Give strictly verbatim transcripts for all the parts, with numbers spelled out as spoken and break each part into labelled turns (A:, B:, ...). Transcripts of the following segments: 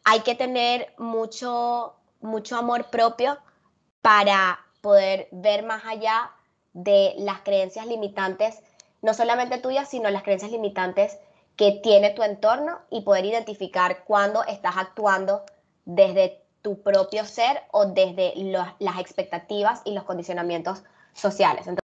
A: hay que tener mucho, mucho amor propio para poder ver más allá de las creencias limitantes, no solamente tuyas, sino las creencias limitantes que tiene tu entorno y poder identificar cuándo estás actuando desde tu propio ser o desde los, las expectativas y los condicionamientos sociales. Entonces,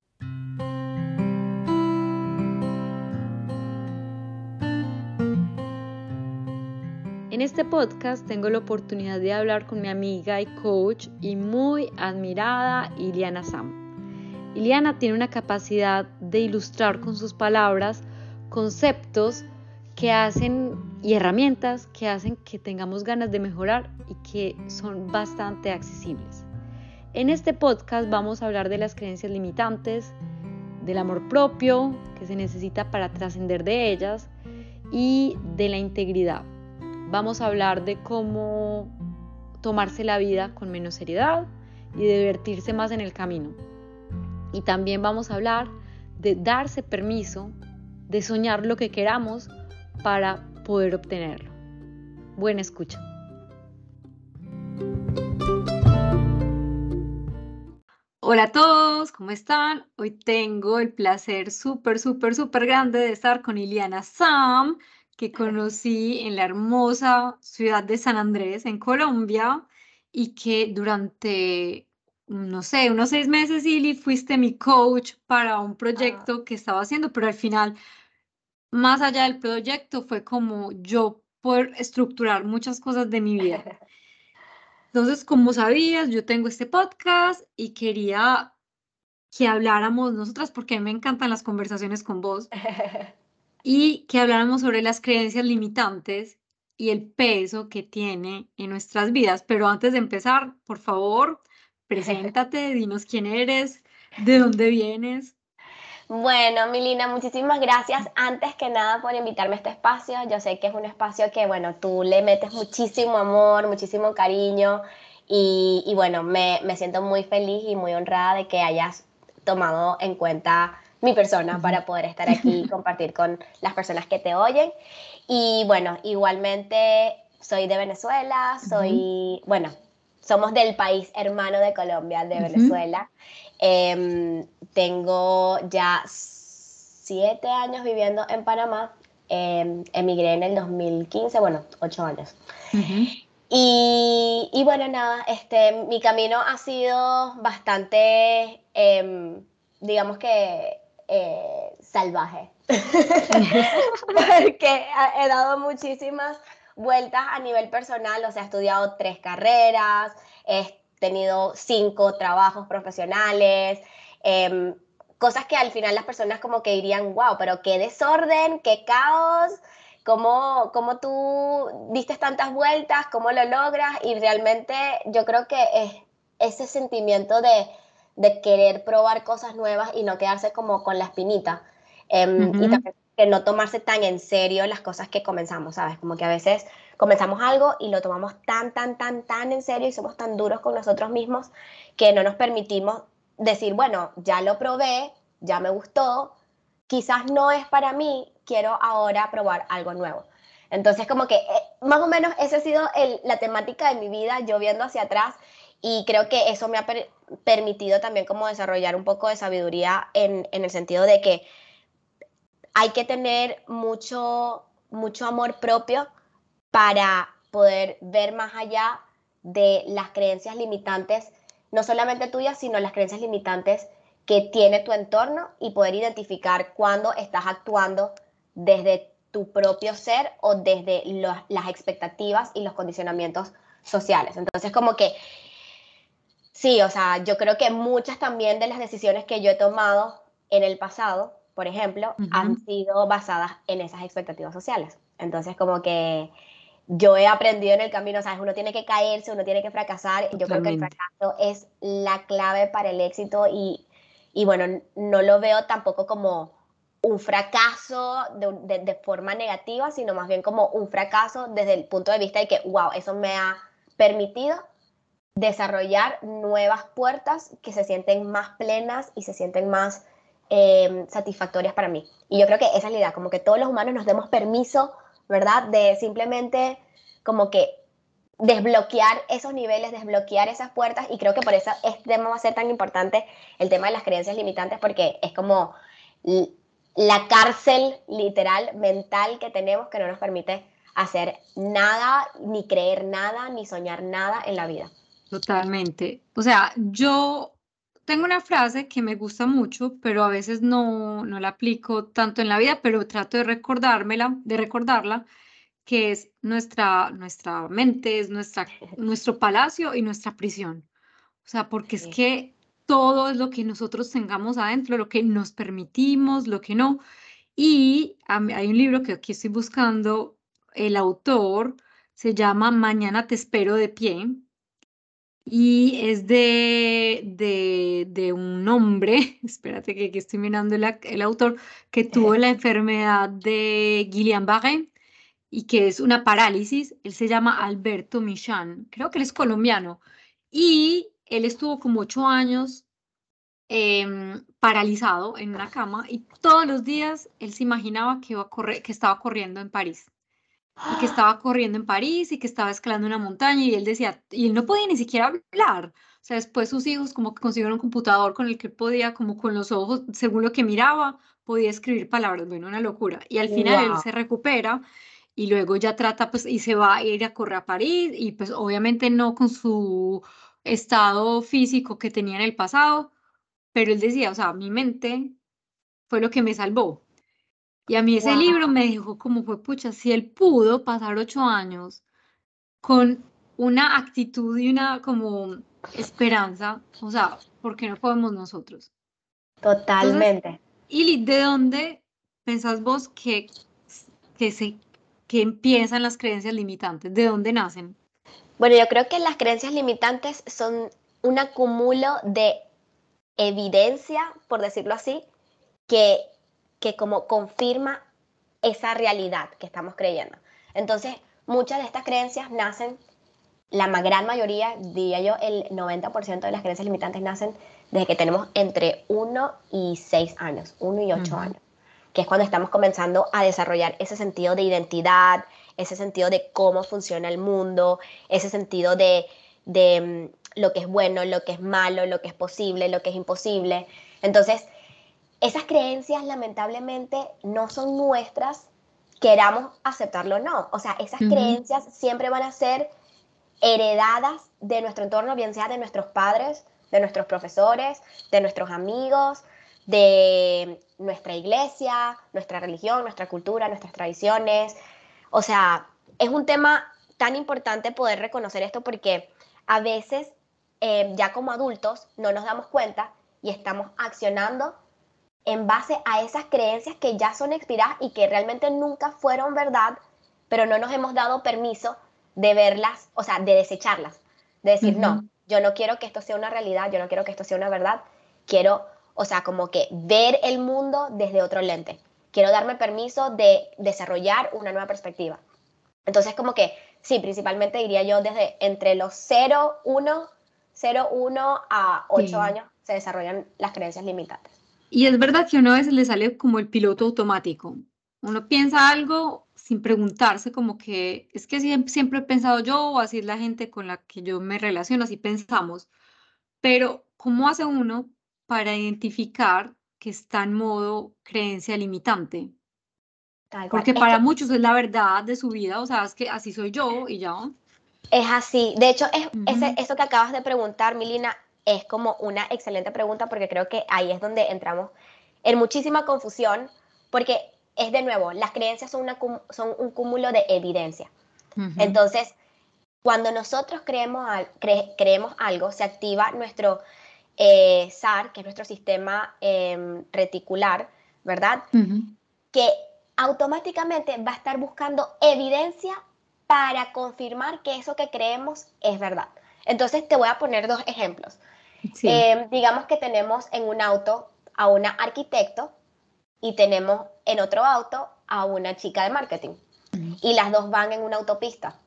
B: en este podcast tengo la oportunidad de hablar con mi amiga y coach y muy admirada Ileana Sam. Ileana tiene una capacidad de ilustrar con sus palabras conceptos que hacen y herramientas que hacen que tengamos ganas de mejorar y que son bastante accesibles. En este podcast vamos a hablar de las creencias limitantes, del amor propio que se necesita para trascender de ellas y de la integridad. Vamos a hablar de cómo tomarse la vida con menos seriedad y de divertirse más en el camino. Y también vamos a hablar de darse permiso de soñar lo que queramos para poder obtenerlo. Buena escucha. Hola a todos, ¿cómo están? Hoy tengo el placer súper, súper, súper grande de estar con Ileana Sam, que conocí en la hermosa ciudad de San Andrés, en Colombia, y que durante, no sé, unos seis meses, Ili, fuiste mi coach para un proyecto que estaba haciendo, pero al final, más allá del proyecto, fue como yo poder estructurar muchas cosas de mi vida. Entonces, como sabías, yo tengo este podcast y quería que habláramos nosotras, porque a mí me encantan las conversaciones con vos, y que habláramos sobre las creencias limitantes y el peso que tiene en nuestras vidas. Pero antes de empezar, por favor, preséntate, dinos quién eres, de dónde vienes.
A: Bueno, Milina, muchísimas gracias antes que nada por invitarme a este espacio. Yo sé que es un espacio que, bueno, tú le metes muchísimo amor, muchísimo cariño y, y bueno, me, me siento muy feliz y muy honrada de que hayas tomado en cuenta mi persona para poder estar aquí y compartir con las personas que te oyen. Y bueno, igualmente soy de Venezuela, soy, bueno, somos del país hermano de Colombia, de Venezuela. Eh, tengo ya siete años viviendo en Panamá. Eh, emigré en el dos mil quince, bueno, ocho años.
B: Uh-huh.
A: Y, y bueno, nada, este, mi camino ha sido bastante, eh, digamos que, eh, salvaje. Porque he dado muchísimas vueltas a nivel personal, o sea, he estudiado tres carreras, he tenido cinco trabajos profesionales, eh, cosas que al final las personas como que dirían, wow, pero qué desorden, qué caos, cómo, cómo tú diste tantas vueltas, cómo lo logras, y realmente yo creo que es ese sentimiento de, de querer probar cosas nuevas y no quedarse como con la espinita. Um, uh-huh. Y también que no tomarse tan en serio las cosas que comenzamos, ¿sabes? Como que a veces comenzamos algo y lo tomamos tan, tan, tan, tan en serio y somos tan duros con nosotros mismos que no nos permitimos decir, bueno, ya lo probé, ya me gustó, quizás no es para mí, quiero ahora probar algo nuevo. Entonces, como que eh, más o menos esa ha sido el, la temática de mi vida, yo viendo hacia atrás, y creo que eso me ha per permitido también como desarrollar un poco de sabiduría en, en el sentido de que hay que tener mucho, mucho amor propio para poder ver más allá de las creencias limitantes, no solamente tuyas, sino las creencias limitantes que tiene tu entorno y poder identificar cuándo estás actuando desde tu propio ser o desde los, las expectativas y los condicionamientos sociales. Entonces, como que sí, o sea, yo creo que muchas también de las decisiones que yo he tomado en el pasado, por ejemplo, uh-huh. han sido basadas en esas expectativas sociales. Entonces, como que yo he aprendido en el camino, ¿sabes? Uno tiene que caerse, uno tiene que fracasar. Totalmente. Yo creo que el fracaso es la clave para el éxito y, y bueno, no lo veo tampoco como un fracaso de, de, de forma negativa, sino más bien como un fracaso desde el punto de vista de que, wow, eso me ha permitido desarrollar nuevas puertas que se sienten más plenas y se sienten más eh, satisfactorias para mí. Y yo creo que esa es la idea, como que todos los humanos nos demos permiso, ¿verdad? De simplemente como que desbloquear esos niveles, desbloquear esas puertas, y creo que por eso este tema va a ser tan importante, el tema de las creencias limitantes, porque es como la cárcel literal mental que tenemos que no nos permite hacer nada, ni creer nada, ni soñar nada en la vida.
B: Totalmente. O sea, yo tengo una frase que me gusta mucho, pero a veces no, no la aplico tanto en la vida, pero trato de recordármela, de recordarla, que es nuestra, nuestra mente, es nuestra, nuestro palacio y nuestra prisión. O sea, porque es
A: Sí.
B: que todo es lo que nosotros tengamos adentro, lo que nos permitimos, lo que no. Y a mí- hay un libro que aquí estoy buscando, el autor se llama Mañana te espero de pie y es de, de, de un hombre, espérate que aquí estoy mirando el, ac- el autor, que tuvo la enfermedad de Guillain-Barré y que es una parálisis. Él se llama Alberto Michan, creo que él es colombiano. Y él estuvo como ocho años em, paralizado en una cama y todos los días él se imaginaba que, iba a correr, que estaba corriendo en París y que estaba corriendo en París y que estaba escalando una montaña y él decía, y él no podía ni siquiera hablar. O sea, después sus hijos como que consiguieron un computador con el que él podía, como con los ojos, según lo que miraba, podía escribir palabras. Bueno, una locura. Y al final él
A: Wow,
B: se recupera y luego ya trata, pues, y se va a ir a correr a París y pues obviamente no con su estado físico que tenía en el pasado, pero él decía, o sea, mi mente fue lo que me salvó. Y a mí ese libro
A: wow.
B: me dejó como fue, pucha, si él pudo pasar ocho años con una actitud y una como esperanza, o sea, ¿por qué no podemos nosotros? Entonces,
A: Totalmente.
B: Ili, ¿de dónde pensás vos que, que se que empiezan las creencias limitantes? ¿De dónde nacen?
A: Bueno, yo creo que las creencias limitantes son un acúmulo de evidencia, por decirlo así, que, que como confirma esa realidad que estamos creyendo. Entonces, muchas de estas creencias nacen, la gran mayoría, diría yo, el noventa por ciento de las creencias limitantes nacen desde que tenemos entre uno y seis años, uno y ocho
B: Ujú,
A: años, que es cuando estamos comenzando a desarrollar ese sentido de identidad, ese sentido de cómo funciona el mundo, ese sentido de, de mm, lo que es bueno, lo que es malo, lo que es posible, lo que es imposible. Entonces, esas creencias lamentablemente no son nuestras, queramos aceptarlo o no. O sea, esas
B: ujú,
A: creencias siempre van a ser heredadas de nuestro entorno, bien sea de nuestros padres, de nuestros profesores, de nuestros amigos, de nuestra iglesia, nuestra religión, nuestra cultura, nuestras tradiciones. O sea, es un tema tan importante poder reconocer esto porque a veces eh, ya como adultos no nos damos cuenta y estamos accionando en base a esas creencias que ya son expiradas y que realmente nunca fueron verdad, pero no nos hemos dado permiso de verlas, o sea, de desecharlas, de decir, no,
B: ujú.
A: yo no quiero que esto sea una realidad, yo no quiero que esto sea una verdad, quiero, o sea, como que ver el mundo desde otro lente, quiero darme permiso de desarrollar una nueva perspectiva. Entonces, como que, sí, principalmente diría yo desde entre los cero, uno, cero, uno a ocho
B: Sí.
A: años se desarrollan las creencias limitantes.
B: Y es verdad que a uno a veces le sale como el piloto automático. Uno piensa algo sin preguntarse como que es que siempre, siempre he pensado yo o así es la gente con la que yo me relaciono, así pensamos. Pero ¿cómo hace uno para identificar que está en modo creencia limitante?
A: Tal cual.
B: Porque
A: Es
B: para
A: que
B: muchos es la verdad de su vida, o sea, es que así soy yo y ya.
A: es así. De hecho, es, ese,
B: Ujú,
A: eso que acabas de preguntar, Milina, es como una excelente pregunta porque creo que ahí es donde entramos en muchísima confusión porque es de nuevo, las creencias son, una, son un cúmulo de evidencia.
B: ujú,
A: Entonces, cuando nosotros creemos, al, cre, creemos algo, se activa nuestro eh, S A R, que es nuestro sistema eh, reticular, ¿verdad?
B: ujú.
A: Que automáticamente va a estar buscando evidencia para confirmar que eso que creemos es verdad. Entonces te voy a poner dos ejemplos.
B: Sí.
A: Eh, digamos que tenemos en un auto a una arquitecto y tenemos en otro auto a una chica de marketing.
B: Ujú,
A: Y las dos van en una autopista.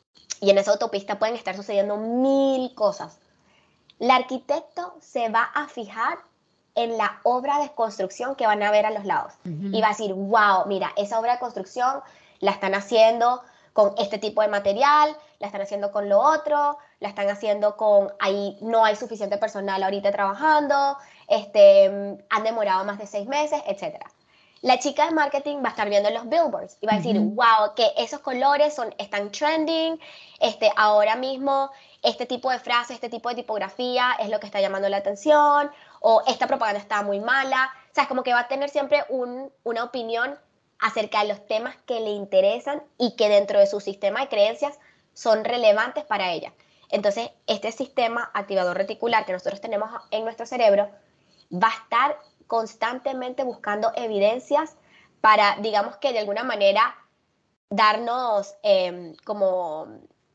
A: Y en esa autopista pueden estar sucediendo mil cosas. El arquitecto se va a fijar en la obra de construcción que van a ver a los lados y
B: ujú,
A: va a decir, wow, mira, esa obra de construcción la están haciendo con este tipo de material, la están haciendo con lo otro, la están haciendo con, ahí no hay suficiente personal ahorita trabajando, este, han demorado más de seis meses, etcétera. La chica de marketing va a estar viendo los billboards y va a decir,
B: Ujú.
A: wow, que esos colores son, están trending, este, ahora mismo este tipo de frase, este tipo de tipografía es lo que está llamando la atención, o esta propaganda está muy mala. O sea, es como que va a tener siempre un, una opinión acerca de los temas que le interesan y que dentro de su sistema de creencias son relevantes para ella. Entonces, este sistema activador reticular que nosotros tenemos en nuestro cerebro va a estar constantemente buscando evidencias para, digamos que de alguna manera, darnos eh, como,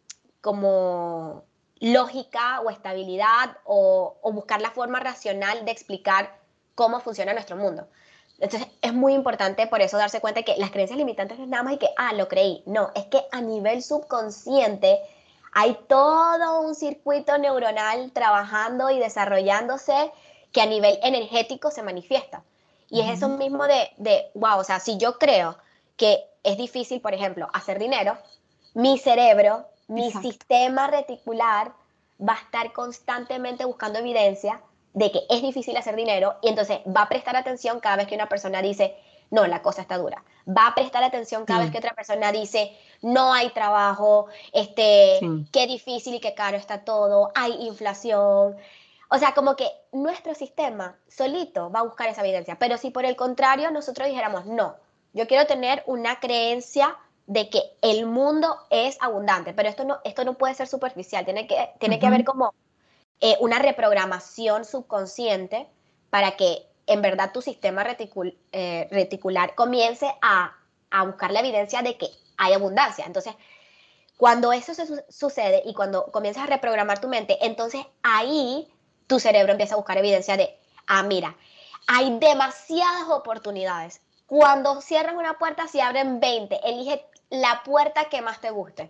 A: como lógica o estabilidad o, o buscar la forma racional de explicar cómo funciona nuestro mundo. Entonces es muy importante por eso darse cuenta que las creencias limitantes no es nada más y que, ah, lo creí. No, es que a nivel subconsciente hay todo un circuito neuronal trabajando y desarrollándose que a nivel energético se manifiesta. Y es eso
B: Ujú.
A: mismo de, de, wow, o sea, si yo creo que es difícil, por ejemplo, hacer dinero, mi cerebro, mi
B: Exacto.
A: sistema reticular va a estar constantemente buscando evidencia de que es difícil hacer dinero y entonces va a prestar atención cada vez que una persona dice, no, la cosa está dura. Va a prestar atención cada vez
B: Sí,
A: que otra persona dice, no hay trabajo, este,
B: sí.
A: qué difícil y qué caro está todo, hay inflación. O sea, como que nuestro sistema solito va a buscar esa evidencia. Pero si por el contrario nosotros dijéramos, no, yo quiero tener una creencia de que el mundo es abundante, pero esto no, esto no puede ser superficial, tiene que, tiene que haber
B: Ujú.
A: como eh, una reprogramación subconsciente para que en verdad tu sistema reticul, eh, reticular comience a, a buscar la evidencia de que hay abundancia. Entonces, cuando eso se su sucede y cuando comienzas a reprogramar tu mente, entonces ahí tu cerebro empieza a buscar evidencia de, ah, mira, hay demasiadas oportunidades. Cuando cierran una puerta, se abren veinte. Elige la puerta que más te guste.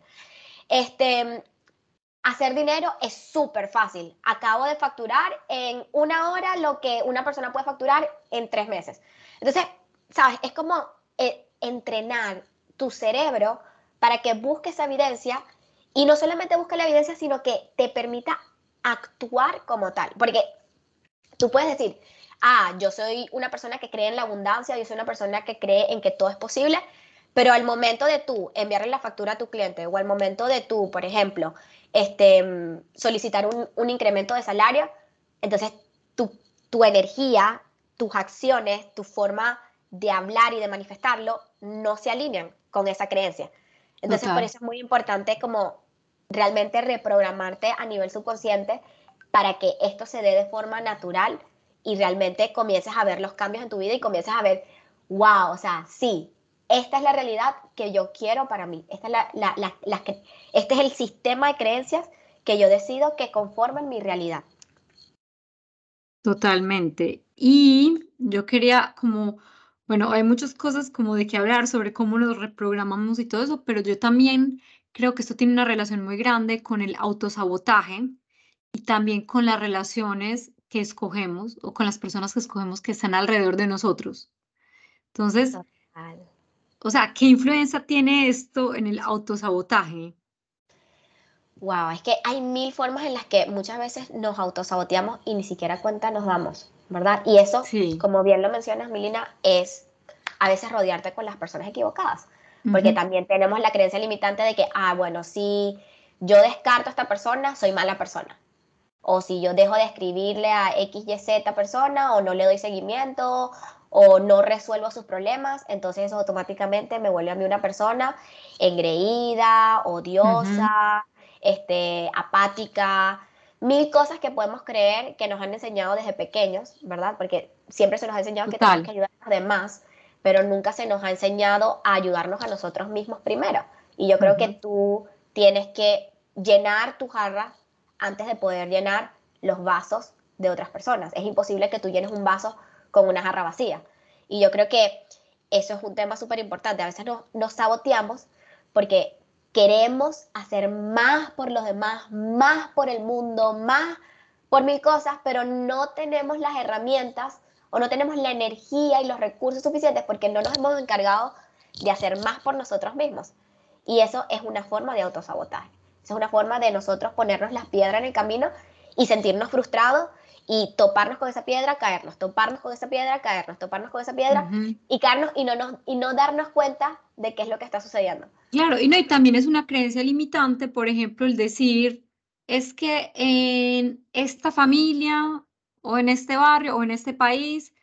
A: Este, hacer dinero es súper fácil. Acabo de facturar en una hora lo que una persona puede facturar en tres meses. Entonces, ¿sabes? Es como eh, entrenar tu cerebro para que busque esa evidencia y no solamente busque la evidencia, sino que te permita actuar como tal. Porque tú puedes decir, ah, yo soy una persona que cree en la abundancia, yo soy una persona que cree en que todo es posible, pero al momento de tú enviarle la factura a tu cliente o al momento de tú, por ejemplo, este, solicitar un, un incremento de salario, entonces tu, tu energía, tus acciones, tu forma de hablar y de manifestarlo no se alinean con esa creencia. Entonces por
B: Total.
A: eso es muy importante como realmente reprogramarte a nivel subconsciente para que esto se dé de forma natural y realmente comiences a ver los cambios en tu vida y comiences a ver, wow, o sea, sí, esta es la realidad que yo quiero para mí. Esta es la, la, la, la, este es el sistema de creencias que yo decido que conformen mi realidad.
B: Totalmente. Y yo quería como, bueno, hay muchas cosas como de qué hablar sobre cómo nos reprogramamos y todo eso, pero yo también creo que esto tiene una relación muy grande con el autosabotaje y también con las relaciones que escogemos o con las personas que escogemos que están alrededor de nosotros. Entonces,
A: Total.
B: o sea, ¿qué influencia tiene esto en el autosabotaje?
A: Wow, es que hay mil formas en las que muchas veces nos autosaboteamos y ni siquiera cuenta nos damos, ¿verdad? Y eso,
B: Sí.
A: como bien lo mencionas, Milina, es a veces rodearte con las personas equivocadas, porque
B: Ujú.
A: también tenemos la creencia limitante de que, ah, bueno, si yo descarto a esta persona, soy mala persona. O si yo dejo de escribirle a X Y Z persona, o no le doy seguimiento, o no resuelvo sus problemas, entonces eso automáticamente me vuelve a mí una persona engreída,
B: Ujú.
A: odiosa, este, apática, mil cosas que podemos creer que nos han enseñado desde pequeños, ¿verdad? Porque siempre se nos ha enseñado que tenemos
B: Total.
A: que ayudar a los demás, pero nunca se nos ha enseñado a ayudarnos a nosotros mismos primero. Y yo creo que
B: Ujú.
A: tú tienes que llenar tu jarra antes de poder llenar los vasos de otras personas. Es imposible que tú llenes un vaso con una jarra vacía. Y yo creo que eso es un tema súper importante. A veces nos, nos saboteamos porque queremos hacer más por los demás, más por el mundo, más por mil cosas, pero no tenemos las herramientas o no tenemos la energía y los recursos suficientes porque no nos hemos encargado de hacer más por nosotros mismos. Y eso es una forma de autosabotaje. Eso es una forma de nosotros ponernos las piedras en el camino y sentirnos frustrados y toparnos con esa piedra, caernos, toparnos con esa piedra, caernos, toparnos con esa piedra
B: Ujú.
A: y caernos y no, nos, y no darnos cuenta de qué es lo que está sucediendo.
B: Claro, y no, y también es una creencia limitante, por ejemplo, el decir, es que en esta familia o en este barrio o en este país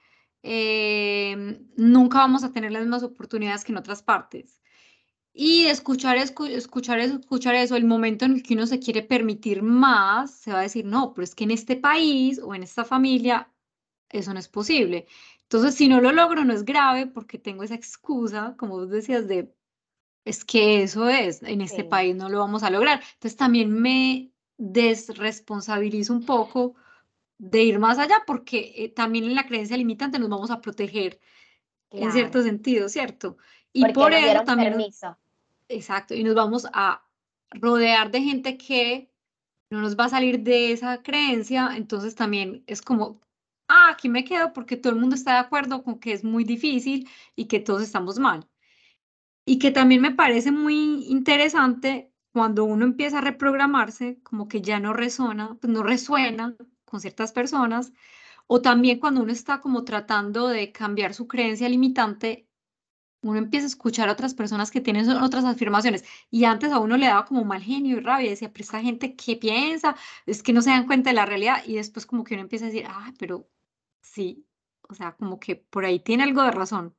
B: em, nunca vamos a tener las mismas oportunidades que en otras partes. Y escuchar, escu- escuchar, eso- escuchar eso, el momento en el que uno se quiere permitir más, se va a decir, no, pero es que en este país o en esta familia eso no es posible. Entonces, si no lo logro, no es grave porque tengo esa excusa, como vos decías, de es que eso es, en este
A: Sí,
B: país no lo vamos a lograr. Entonces también me desresponsabilizo un poco de ir más allá porque eh, también en la creencia limitante nos vamos a proteger en cierto
A: claro,
B: sentido, ¿cierto? Y
A: porque
B: por
A: nos
B: eso
A: dieron
B: también, nos-
A: permiso.
B: exacto, y nos vamos a rodear de gente que no nos va a salir de esa creencia, entonces también es como, ah, aquí me quedo porque todo el mundo está de acuerdo con que es muy difícil y que todos estamos mal. Y que también me parece muy interesante cuando uno empieza a reprogramarse, como que ya no resona, pues no resuena con ciertas personas, o también cuando uno está como tratando de cambiar su creencia limitante, uno empieza a escuchar a otras personas que tienen so- otras afirmaciones. Y antes a uno le daba como mal genio y rabia, decía, pero esta gente, ¿qué piensa? Es que no se dan cuenta de la realidad. Y después como que uno empieza a decir, ah, pero sí, o sea, como que por ahí tiene algo de razón.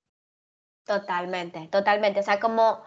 A: Totalmente, totalmente. O sea, como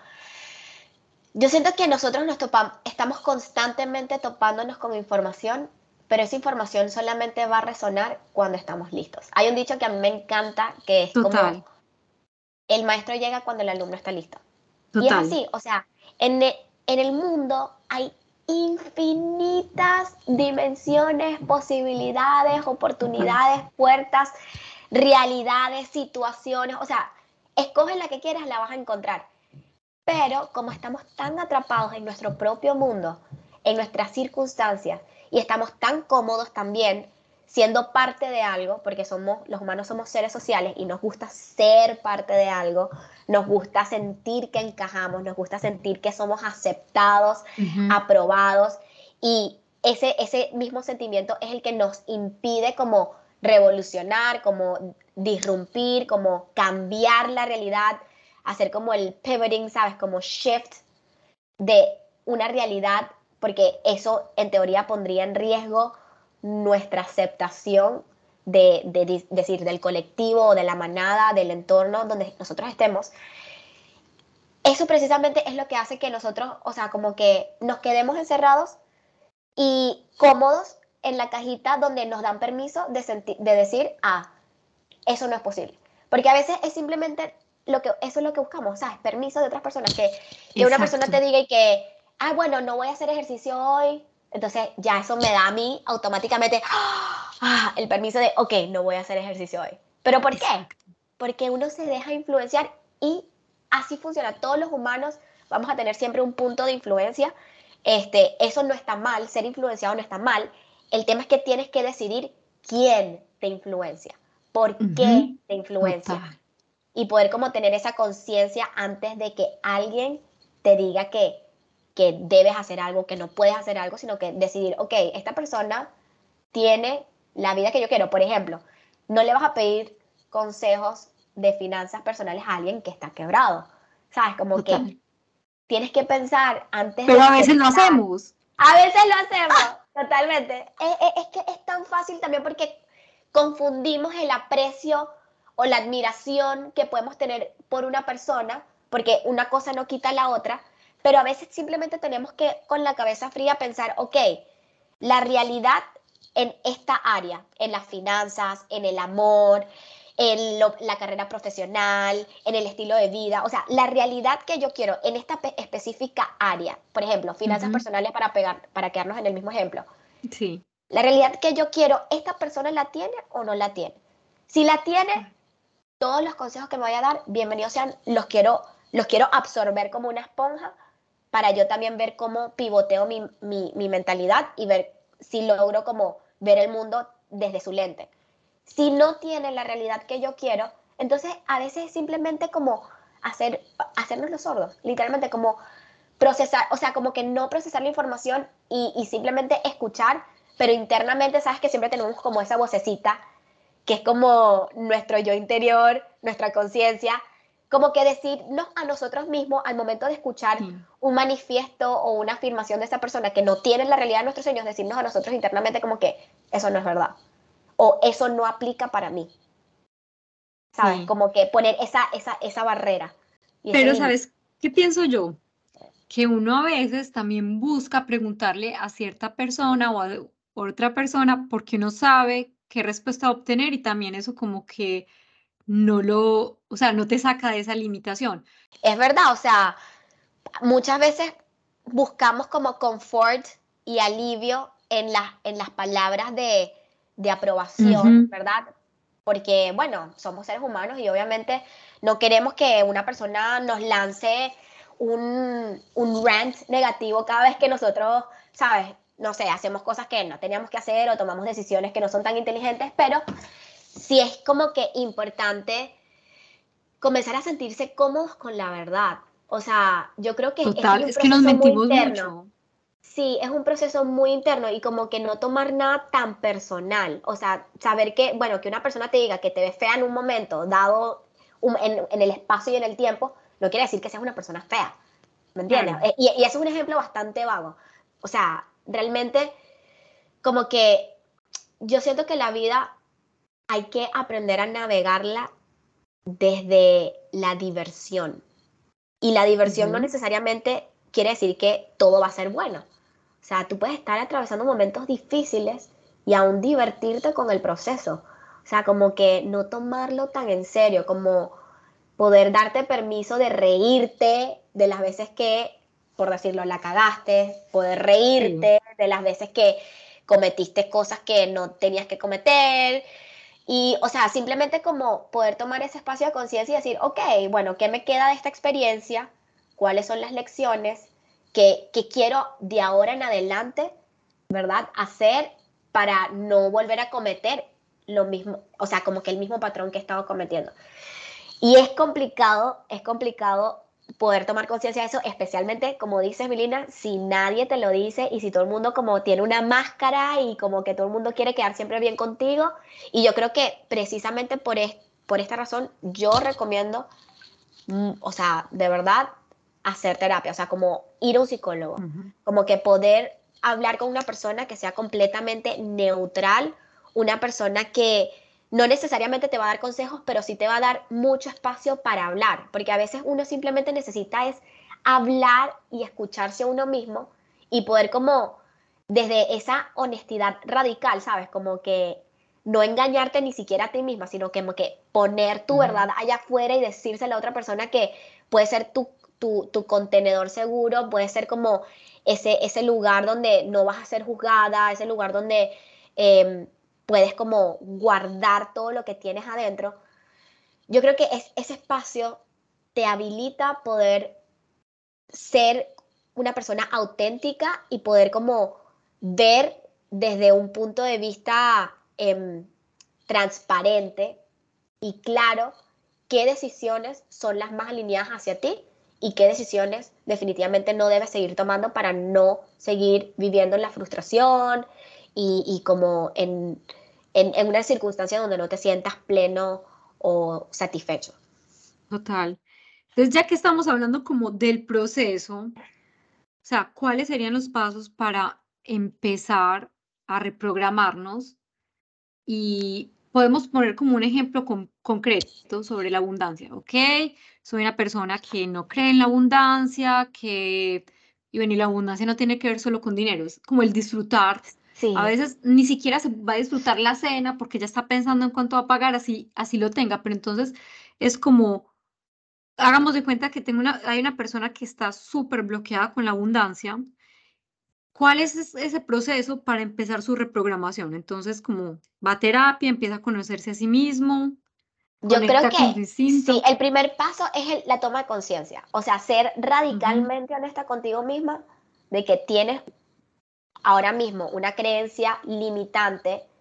A: yo siento que nosotros nos topamos, estamos constantemente topándonos con información, pero esa información solamente va a resonar cuando estamos listos. Hay un dicho que a mí me encanta, que es como
B: Total,
A: el maestro llega cuando el alumno está listo. Y es
B: total.
A: así, o sea, en e- en el mundo hay infinitas dimensiones, posibilidades,
B: Total.
A: oportunidades, puertas, realidades, situaciones. O sea, escoge la que quieras, la vas a encontrar. Pero como estamos tan atrapados en nuestro propio mundo, en nuestras circunstancias, y estamos tan cómodos también siendo parte de algo, porque somos, los humanos somos seres sociales y nos gusta ser parte de algo, nos gusta sentir que encajamos, nos gusta sentir que somos aceptados,
B: Ujú.
A: aprobados, y ese, ese mismo sentimiento es el que nos impide como revolucionar, como disrumpir, como cambiar la realidad, hacer como el pivoting, ¿sabes? Como shift de una realidad, porque eso en teoría pondría en riesgo nuestra aceptación de, de, decir, del colectivo, de la manada, del entorno donde nosotros estemos. Eso precisamente es lo que hace que nosotros, o sea, como que nos quedemos encerrados y cómodos en la cajita donde nos dan permiso de, de decir, ah, eso no es posible. Porque a veces es simplemente lo que, eso es lo que buscamos, ¿sabes? Permiso de otras personas, que, que una persona
B: Exacto.
A: te diga y que, ah, bueno, no voy a hacer ejercicio hoy, entonces ya eso me da a mí automáticamente ah, el permiso de, ok, no voy a hacer ejercicio hoy. ¿Pero por qué?
B: Exacto.
A: Porque uno se deja influenciar y así funciona. Todos los humanos vamos a tener siempre un punto de influencia. Este, eso no está mal, ser influenciado no está mal. El tema es que tienes que decidir quién te influencia, por qué
B: Ujú.
A: te influencia
B: Total.
A: y poder como tener esa conciencia antes de que alguien te diga que, que debes hacer algo, que no puedes hacer algo, sino que decidir, ok, esta persona tiene la vida que yo quiero. Por ejemplo, no le vas a pedir consejos de finanzas personales a alguien que está quebrado. ¿Sabes? Como que
B: Total.
A: tienes que pensar antes de
B: Pero a veces lo
A: aceptar.
B: hacemos.
A: A veces lo hacemos, totalmente. Es, es- es que es tan fácil también porque confundimos el aprecio o la admiración que podemos tener por una persona, porque una cosa no quita la otra, pero a veces simplemente tenemos que con la cabeza fría pensar, ok, la realidad en esta área, en las finanzas, en el amor, en lo- la carrera profesional, en el estilo de vida, o sea, la realidad que yo quiero en esta pe- específica área, por ejemplo, finanzas
B: Ujú.
A: personales para, pegar, para quedarnos en el mismo ejemplo,
B: Sí.
A: la realidad que yo quiero, ¿esta persona la tiene o no la tiene? Si la tiene, todos los consejos que me vaya a dar, bienvenidos sean, los quiero, los quiero absorber como una esponja para yo también ver cómo pivoteo mi, mi, mi mentalidad y ver si logro como ver el mundo desde su lente. Si no tiene la realidad que yo quiero, entonces a veces es simplemente como hacer, hacernos los sordos, literalmente como procesar, o sea, como que no procesar la información y, y simplemente escuchar, pero internamente sabes que siempre tenemos como esa vocecita que es como nuestro yo interior, nuestra conciencia, como que decirnos a nosotros mismos al momento de escuchar
B: Sí.
A: un manifiesto o una afirmación de esa persona que no tiene la realidad de nuestros sueños, decirnos a nosotros internamente como que eso no es verdad o eso no aplica para mí, ¿sabes?
B: Sí.
A: Como que poner esa, esa, esa barrera y ese
B: Pero
A: límite.
B: ¿sabes qué pienso yo? Que uno a veces también busca preguntarle a cierta persona o a otra persona porque uno sabe qué respuesta obtener y también eso como que no lo, o sea, no te saca de esa limitación.
A: Es verdad, o sea, muchas veces buscamos como confort y alivio en, la, en las palabras de, de aprobación,
B: Ujú.
A: ¿verdad? Porque, bueno, somos seres humanos y obviamente no queremos que una persona nos lance un, un rant negativo cada vez que nosotros, ¿sabes? No sé, hacemos cosas que no teníamos que hacer o tomamos decisiones que no son tan inteligentes, pero sí es como que importante comenzar a sentirse cómodos con la verdad. O sea, yo creo que ese es
B: Total,
A: un
B: es que nos
A: proceso muy
B: mentimos
A: interno.
B: mucho.
A: Sí, es un proceso muy interno y como que no tomar nada tan personal. O sea, saber que, bueno, que una persona te diga que te ves fea en un momento, dado un- en, en el espacio y en el tiempo, no quiere decir que seas una persona fea. ¿Me entiendes?
B: Claro,
A: Eh, Y, y ese es un ejemplo bastante vago. O sea, realmente como que yo siento que la vida hay que aprender a navegarla desde la diversión. Y la diversión no
B: ujú,
A: necesariamente quiere decir que todo va a ser bueno. O sea, tú puedes estar atravesando momentos difíciles y aún divertirte con el proceso. O sea, como que no tomarlo tan en serio, como poder darte permiso de reírte de las veces que, por decirlo, la cagaste, poder
B: sí.
A: reírte de las veces que cometiste cosas que no tenías que cometer, y, o sea, simplemente como poder tomar ese espacio de conciencia y decir, ok, bueno, ¿qué me queda de esta experiencia? ¿Cuáles son las lecciones que, que quiero de ahora en adelante, ¿verdad? Hacer para no volver a cometer lo mismo, o sea, como que el mismo patrón que he estado cometiendo. Y es complicado, es complicado poder tomar conciencia de eso, especialmente, como dices, Milina, si nadie te lo dice y si todo el mundo como tiene una máscara y como que todo el mundo quiere quedar siempre bien contigo. Y yo creo que precisamente por, es, por esta razón yo recomiendo, mm, o sea, de verdad, hacer terapia, o sea, como ir a un psicólogo,
B: Ujú.
A: como que poder hablar con una persona que sea completamente neutral, una persona que no necesariamente te va a dar consejos, pero sí te va a dar mucho espacio para hablar, porque a veces uno simplemente necesita es hablar y escucharse a uno mismo y poder como desde esa honestidad radical, ¿sabes? Como que no engañarte ni siquiera a ti misma, sino que como que poner tu
B: Ujú.
A: verdad allá afuera y decírsela a otra persona que puede ser tu, tu, tu contenedor seguro, puede ser como ese, ese lugar donde no vas a ser juzgada, ese lugar donde eh, puedes como guardar todo lo que tienes adentro. Yo creo que es, ese espacio te habilita a poder ser una persona auténtica y poder como ver desde un punto de vista eh, transparente y claro qué decisiones son las más alineadas hacia ti y qué decisiones definitivamente no debes seguir tomando para no seguir viviendo en la frustración y, y como en, en, en una circunstancia donde no te sientas pleno o satisfecho.
B: Total. Entonces, ya que estamos hablando como del proceso, o sea, ¿cuáles serían los pasos para empezar a reprogramarnos? Y podemos poner como un ejemplo con- concreto sobre la abundancia, ¿ok? Soy una persona que no cree en la abundancia, que, y bueno, y la abundancia no tiene que ver solo con dinero, es como el disfrutar. A
A: Sí,
B: veces ni siquiera se va a disfrutar la cena porque ya está pensando en cuánto va a pagar, así, así lo tenga, pero entonces es como, hagamos de cuenta que tengo una, hay una persona que está súper bloqueada con la abundancia. ¿Cuál es es ese proceso para empezar su reprogramación? Entonces, como va a terapia, empieza a conocerse a sí mismo,
A: yo creo
B: conecta
A: que
B: con su
A: sí,
B: instinto.
A: el primer paso es el- la toma de conciencia, o sea, ser
B: Ujú,
A: radicalmente honesta contigo misma de que tienes ahora mismo una creencia limitante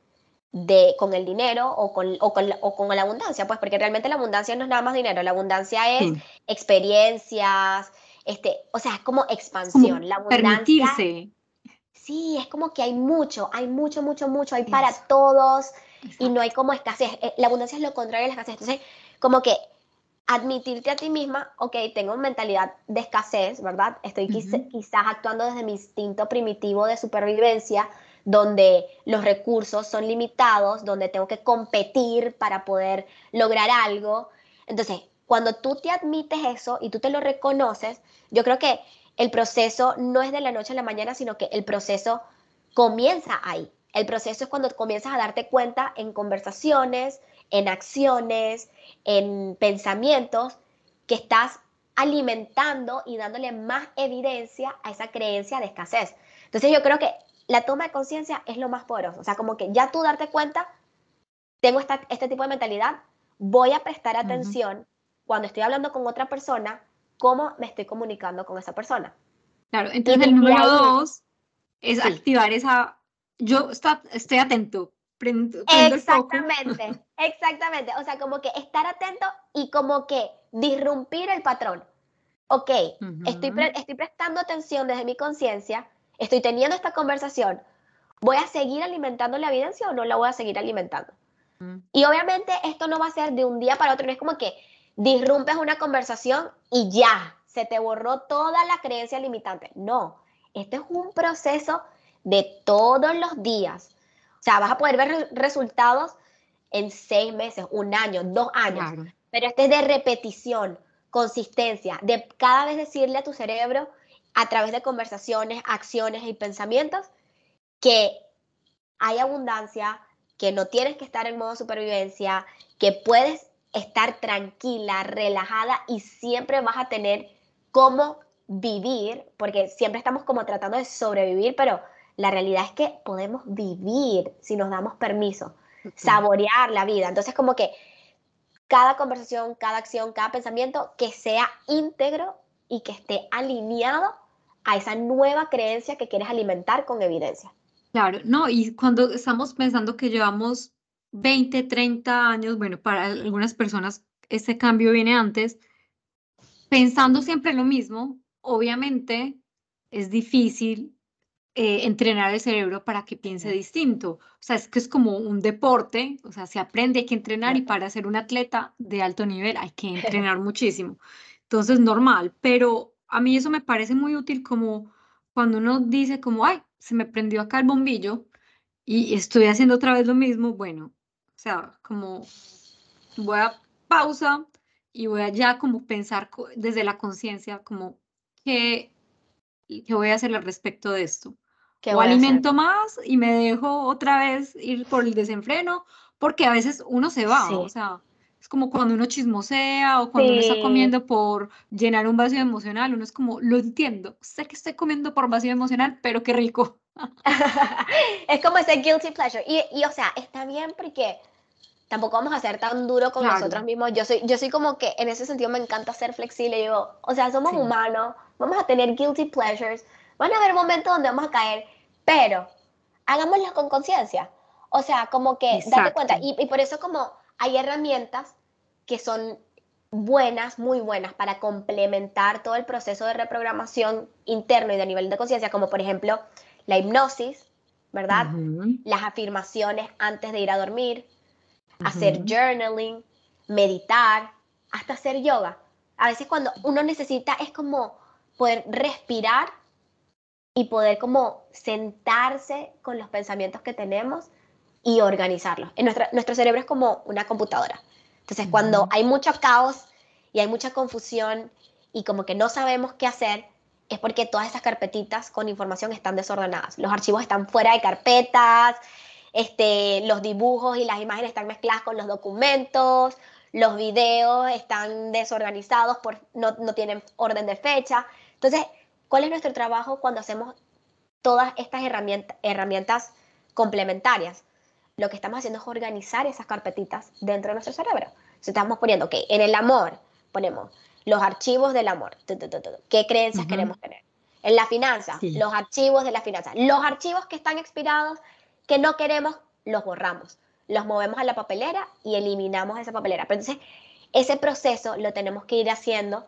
A: de, con el dinero o con, o, con, la- o con la abundancia, pues porque realmente la abundancia no es nada más dinero, la abundancia es
B: Sí,
A: experiencias, este, o sea, es como
B: es como
A: expansión. La abundancia,
B: permitirse.
A: sí, es como que hay mucho, hay mucho, mucho, mucho, hay para
B: Eso,
A: todos y no hay
B: exacto.
A: como escasez. Eh, La abundancia es lo contrario a la escasez. Entonces, como que admitirte a ti misma, ok, tengo mentalidad de escasez, ¿verdad? Estoy
B: Ujú.
A: quiz- quizás actuando desde mi instinto primitivo de supervivencia, donde los recursos son limitados, donde tengo que competir para poder lograr algo. Entonces, cuando tú te admites eso y tú te lo reconoces, yo creo que el proceso no es de la noche a la mañana, sino que el proceso comienza ahí. El proceso es cuando comienzas a darte cuenta en conversaciones, en acciones, en pensamientos, que estás alimentando y dándole más evidencia a esa creencia de escasez. Entonces yo creo que la toma de conciencia es lo más poderoso. O sea, como que ya tú darte cuenta, tengo esta, este tipo de mentalidad, voy a prestar
B: Ujú.
A: atención cuando estoy hablando con otra persona, cómo me estoy comunicando con esa persona.
B: Claro,
A: Y
B: entonces el
A: desde
B: número
A: ahí,
B: dos es
A: sí,
B: activar esa, yo está, estoy atento, prendo, prendo el foco.
A: exactamente, exactamente. O sea, como que estar atento y como que disrumpir el patrón. Ok, estoy,
B: Ujú,
A: pre estoy prestando atención desde mi conciencia, estoy teniendo esta conversación, ¿voy a seguir alimentando la evidencia o no la voy a seguir alimentando?
B: ujú.
A: Y obviamente esto no va a ser de un día para otro, no es como que disrumpes una conversación y ya, se te borró toda la creencia limitante. No, esto es un proceso de todos los días. O sea, vas a poder ver re resultados en seis meses, un año, dos años,
B: Claro.
A: pero este es de repetición, consistencia, de cada vez decirle a tu cerebro a través de conversaciones, acciones y pensamientos que hay abundancia, que no tienes que estar en modo supervivencia, que puedes estar tranquila, relajada y siempre vas a tener cómo vivir, porque siempre estamos como tratando de sobrevivir, pero la realidad es que podemos vivir si nos damos permiso,
B: Total.
A: saborear la vida. Entonces como que cada conversación, cada acción, cada pensamiento que sea íntegro y que esté alineado a esa nueva creencia que quieres alimentar con evidencia.
B: Claro, no, y cuando estamos pensando que llevamos veinte, treinta años, bueno, para algunas personas ese cambio viene antes, pensando siempre lo mismo, obviamente es difícil eh, entrenar el cerebro para que piense distinto. O sea, es que es como un deporte, o sea, se aprende, hay que entrenar y
A: Cierto.
B: para ser un atleta de alto nivel hay que entrenar muchísimo. Entonces, normal, pero a mí eso me parece muy útil como cuando uno dice como, ay, se me prendió acá el bombillo y estoy haciendo otra vez lo mismo, bueno, o sea, como voy a pausa y voy a ya como pensar co- desde la conciencia, como, ¿qué, qué voy a hacer al respecto de esto?
A: ¿Qué
B: O
A: voy a hacer?
B: alimento más y me dejo otra vez ir por el desenfreno, porque a veces uno se va, o
A: Sí,
B: sea, es como cuando uno chismosea o cuando uno está
A: sí.
B: comiendo por llenar un vacío emocional, uno es como, lo entiendo, sé que estoy comiendo por vacío emocional, pero qué rico.
A: Es como ese guilty pleasure. Y, y, o sea, está bien porque tampoco vamos a ser tan duro con
B: Claro,
A: nosotros mismos. Yo soy, yo soy como que en ese sentido me encanta ser flexible. Yo digo, o sea, somos
B: sí,
A: humanos, vamos a tener guilty pleasures, van a haber momentos donde vamos a caer, pero hagámoslo con conciencia. O sea, como que date cuenta.
B: exacto.
A: Y, y por eso como hay herramientas que son buenas, muy buenas para complementar todo el proceso de reprogramación interno y de nivel de conciencia, como por ejemplo la hipnosis, ¿verdad?
B: Ujú,
A: Las afirmaciones antes de ir a dormir, hacer
B: ujú.
A: journaling, meditar, hasta hacer yoga. A veces cuando uno necesita es como poder respirar y poder como sentarse con los pensamientos que tenemos y organizarlos. En nuestra, nuestro cerebro es como una computadora. Entonces, cuando
B: Ujú.
A: hay mucho caos y hay mucha confusión y como que no sabemos qué hacer, es porque todas esas carpetitas con información están desordenadas. Los archivos están fuera de carpetas, este, los dibujos y las imágenes están mezcladas con los documentos, los videos están desorganizados, por, no, no tienen orden de fecha. Entonces, ¿cuál es nuestro trabajo cuando hacemos todas estas herramientas, herramientas complementarias? Lo que estamos haciendo es organizar esas carpetitas dentro de nuestro cerebro. Si estamos poniendo, ok, en el amor ponemos los archivos del amor, tu, tu, tu, tu, qué creencias
B: Ujú,
A: queremos tener. En la finanza,
B: sí,
A: los archivos de la finanza, los archivos que están expirados, que no queremos, los borramos, los movemos a la papelera y eliminamos esa papelera. Pero entonces, ese proceso lo tenemos que ir haciendo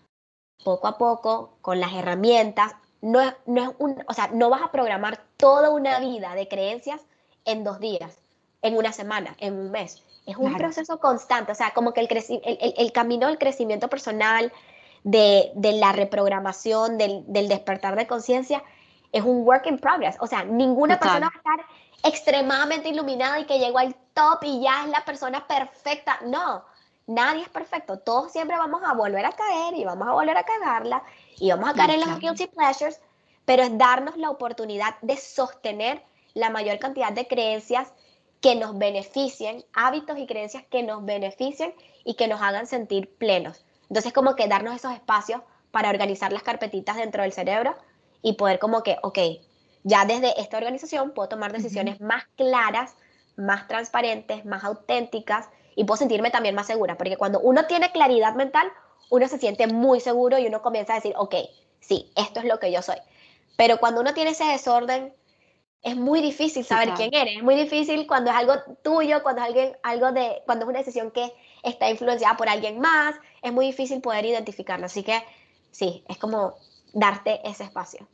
A: poco a poco, con las herramientas. No es, no es un, o sea, no vas a programar toda una vida de creencias en dos días, en una semana, en un mes. Es un
B: Claro,
A: proceso constante, o sea, como que el, creci el, el, el camino del crecimiento personal, de, de la reprogramación, del, del despertar de conciencia, es un work in progress. O sea, ninguna persona
B: total.
A: va a estar extremadamente iluminada y que llegó al top y ya es la persona perfecta. No, nadie es perfecto. Todos siempre vamos a volver a caer y vamos a volver a cagarla y vamos a caer
B: Sí,
A: en los
B: claro.
A: guilty pleasures, pero es darnos la oportunidad de sostener la mayor cantidad de creencias que nos beneficien, hábitos y creencias que nos beneficien y que nos hagan sentir plenos. Entonces, como que darnos esos espacios para organizar las carpetitas dentro del cerebro y poder como que, ok, ya desde esta organización puedo tomar
B: Ujú.
A: decisiones más claras, más transparentes, más auténticas y puedo sentirme también más segura, porque cuando uno tiene claridad mental, uno se siente muy seguro y uno comienza a decir, ok, sí, esto es lo que yo soy. Pero cuando uno tiene ese desorden, es muy difícil saber
B: Total.
A: quién eres, es muy difícil cuando es algo tuyo, cuando es alguien, algo de, cuando es una decisión que está influenciada por alguien más, es muy difícil poder identificarlo. Así que sí, es como darte ese espacio.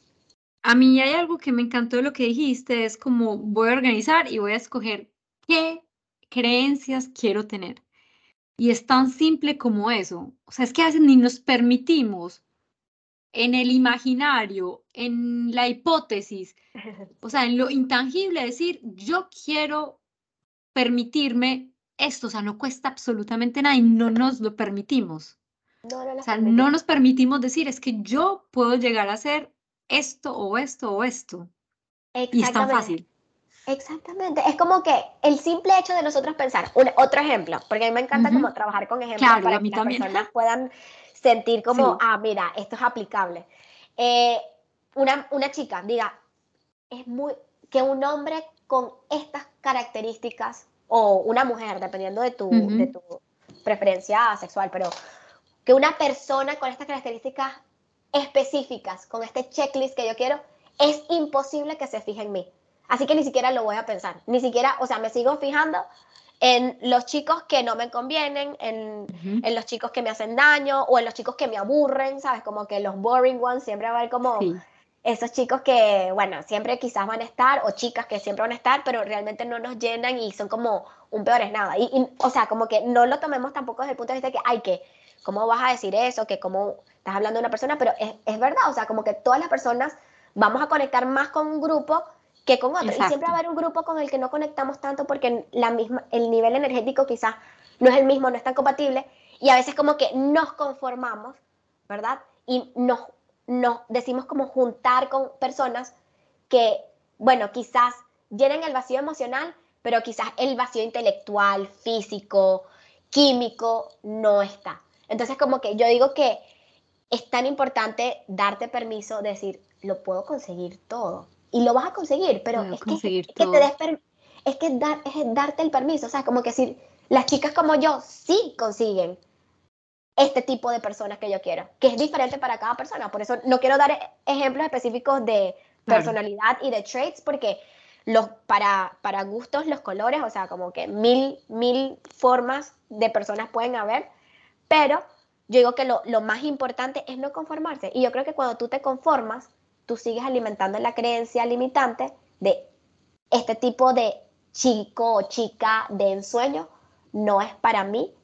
B: A mí hay algo que me encantó de lo que dijiste, es como voy a organizar y voy a escoger qué creencias quiero tener. Y es tan simple como eso. O sea, es que a veces ni nos permitimos en el imaginario, en la hipótesis, o sea, en lo intangible, decir, yo quiero permitirme esto, o sea, no cuesta absolutamente nada y no nos lo permitimos.
A: No, no
B: O
A: los
B: sea, no
A: permitimos.
B: nos permitimos decir, es que yo puedo llegar a hacer esto o esto o esto. Y es tan
A: Exactamente.
B: fácil.
A: Exactamente, es como que el simple hecho de nosotros pensar, un, otro ejemplo, porque a mí me encanta como
B: Ujú.
A: trabajar con ejemplos
B: Claro,
A: para
B: a
A: que
B: mí
A: las
B: también.
A: personas puedan sentir como,
B: Sí.
A: ah, mira, esto es aplicable. Eh, una, una chica diga, es muy, que un hombre con estas características, o una mujer, dependiendo de tu, de
B: Ujú.
A: tu preferencia sexual, pero que una persona con estas características específicas, con este checklist que yo quiero, es imposible que se fije en mí. Así que ni siquiera lo voy a pensar. Ni siquiera, o sea, me sigo fijando en los chicos que no me convienen, en,
B: Ujú.
A: en los chicos que me hacen daño o en los chicos que me aburren, ¿sabes? Como que los boring ones, siempre va a haber como
B: Sí,
A: esos chicos que, bueno, siempre quizás van a estar, o chicas que siempre van a estar, pero realmente no nos llenan y son como un peor es nada. Y, y, o sea, como que no lo tomemos tampoco desde el punto de vista de que, ay, que, ¿cómo vas a decir eso? Que cómo estás hablando de una persona, pero es, es verdad, o sea, como que todas las personas vamos a conectar más con un grupo que con otro. Y siempre va
B: exacto.
A: a haber un grupo con el que no conectamos tanto porque la misma, el nivel energético quizás no es el mismo, no es tan compatible. Y a veces como que nos conformamos, ¿verdad? Y nos nos decimos como juntar con personas que, bueno, quizás llenen el vacío emocional, pero quizás el vacío intelectual, físico, químico, no está. Entonces, como que yo digo que es tan importante darte permiso de decir, lo puedo conseguir todo. Y lo vas a conseguir, pero
B: Puedo
A: es que,
B: conseguir
A: es que te
B: todo.
A: des per, es que dar, es darte el permiso, o sea, como que decir, las chicas como yo sí consiguen este tipo de personas que yo quiero, que es diferente para cada persona. Por eso no quiero dar e- ejemplos específicos de
B: Claro.
A: personalidad y de traits, porque los, para, para gustos los colores, o sea, como que mil, mil formas de personas pueden haber, pero yo digo que lo, lo más importante es no conformarse. Y yo creo que cuando tú te conformas, tú sigues alimentando la creencia limitante de este tipo de chico o chica de ensueño no es para mí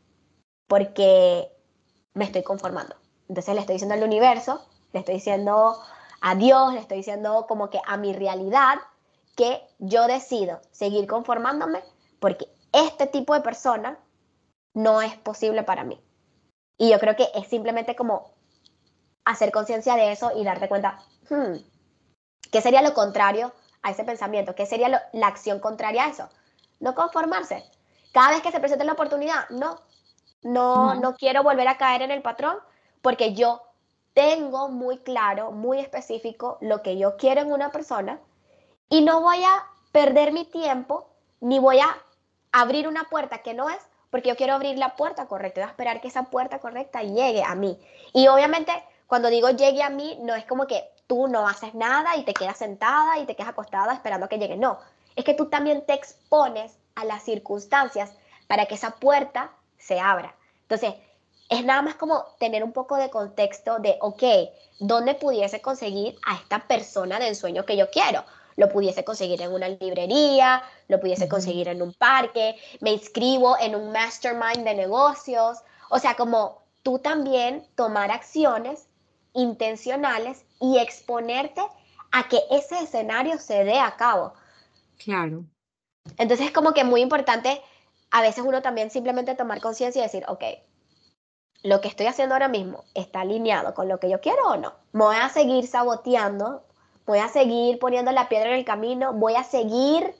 A: porque me estoy conformando. Entonces le estoy diciendo al universo, le estoy diciendo a Dios, le estoy diciendo como que a mi realidad que yo decido seguir conformándome porque este tipo de persona no es posible para mí. Y yo creo que es simplemente como hacer conciencia de eso y darte cuenta, hmm, ¿qué sería lo contrario a ese pensamiento? ¿Qué sería lo, la acción contraria a eso? No conformarse. Cada vez que se presente la oportunidad, no, no,
B: No.
A: no quiero volver a caer en el patrón porque yo tengo muy claro, muy específico lo que yo quiero en una persona y no voy a perder mi tiempo ni voy a abrir una puerta que no es porque yo quiero abrir la puerta correcta, voy a esperar que esa puerta correcta llegue a mí. Y obviamente cuando digo llegue a mí no es como que tú no haces nada y te quedas sentada y te quedas acostada esperando a que llegue, no. es que tú también te expones a las circunstancias para que esa puerta se abra. Entonces, es nada más como tener un poco de contexto de, ok, ¿dónde pudiese conseguir a esta persona de ensueño que yo quiero? Lo pudiese conseguir en una librería, lo pudiese
B: Ujú.
A: conseguir en un parque, me inscribo en un mastermind de negocios. O sea, como tú también tomar acciones intencionales y exponerte a que ese escenario se dé a cabo.
B: Claro,
A: Entonces es como que muy importante a veces uno también simplemente tomar conciencia y decir, ok, lo que estoy haciendo ahora mismo está alineado con lo que yo quiero o no. Me voy a seguir saboteando, voy a seguir poniendo la piedra en el camino, voy a seguir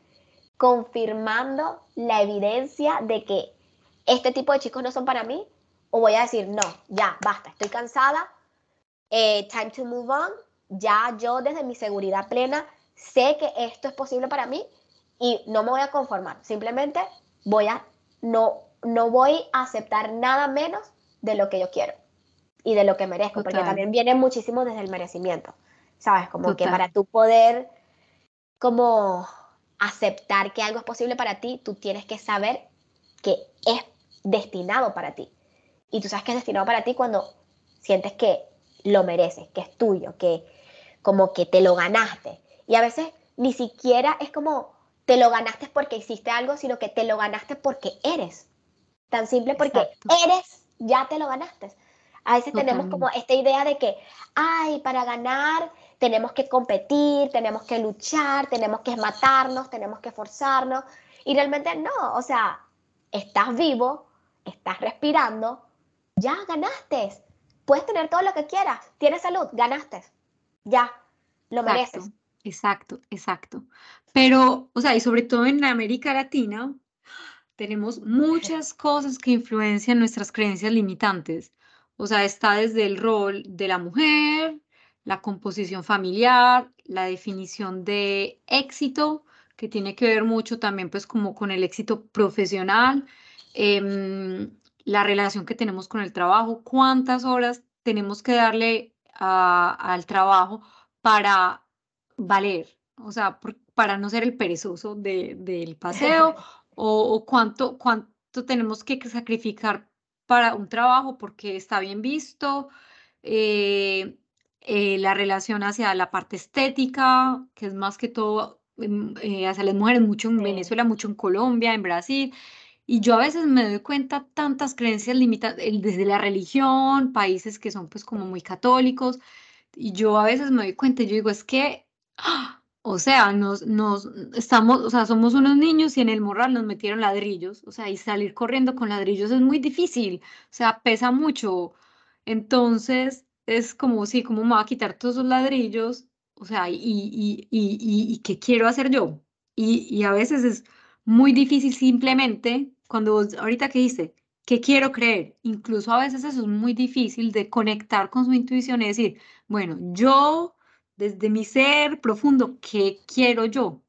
A: confirmando la evidencia de que este tipo de chicos no son para mí, o voy a decir, no, ya, basta, estoy cansada, eh, time to move on, ya yo desde mi seguridad plena sé que esto es posible para mí y no me voy a conformar, simplemente voy a, no, no voy a aceptar nada menos de lo que yo quiero y de lo que merezco, porque
B: total,
A: también viene muchísimo desde el merecimiento, ¿sabes? Como que
B: total,
A: para tú poder como aceptar que algo es posible para ti, tú tienes que saber que es destinado para ti. Y tú sabes que es destinado para ti cuando sientes que lo mereces, que es tuyo, que como que te lo ganaste. Y a veces ni siquiera es como te lo ganaste porque hiciste algo, sino que te lo ganaste porque eres. Tan simple porque
B: exacto,
A: eres, ya te lo ganaste. A veces tenemos como
B: totalmente.
A: esta idea de que, ay, para ganar tenemos que competir, tenemos que luchar, tenemos que matarnos, tenemos que forzarnos. Y realmente no, o sea, estás vivo, estás respirando, ya ganaste. Puedes tener todo lo que quieras, tienes salud, ganaste. Ya, lo
B: Exacto,
A: mereces.
B: exacto, exacto. Pero, o sea, y sobre todo en América Latina, tenemos muchas cosas que influencian nuestras creencias limitantes. O sea, está desde el rol de la mujer, la composición familiar, la definición de éxito, que tiene que ver mucho también pues como con el éxito profesional, em, la relación que tenemos con el trabajo, cuántas horas tenemos que darle a- al trabajo para valer, o sea, por- para no ser el perezoso de- del paseo o, o cuánto, cuánto tenemos que sacrificar para un trabajo porque está bien visto, eh, eh, la relación hacia la parte estética, que es más que todo em, eh, hacia las mujeres, mucho en
A: Sí,
B: Venezuela, mucho en Colombia, en Brasil. Y yo a veces me doy cuenta tantas creencias limitantes, desde la religión, países que son pues como muy católicos, y yo a veces me doy cuenta y yo digo, es que, ¡ah! O sea, nos, nos, estamos, o sea, somos unos niños y en el morral nos metieron ladrillos, o sea, y salir corriendo con ladrillos es muy difícil, o sea, pesa mucho. Entonces, es como, sí, ¿cómo me va a quitar todos esos ladrillos? O sea, y, y, y, y, y ¿qué quiero hacer yo? Y, y a veces es muy difícil simplemente, cuando vos, ahorita que dice, ¿qué quiero creer? Incluso a veces eso es muy difícil de conectar con su intuición y decir, bueno, yo, desde mi ser profundo, ¿qué quiero yo?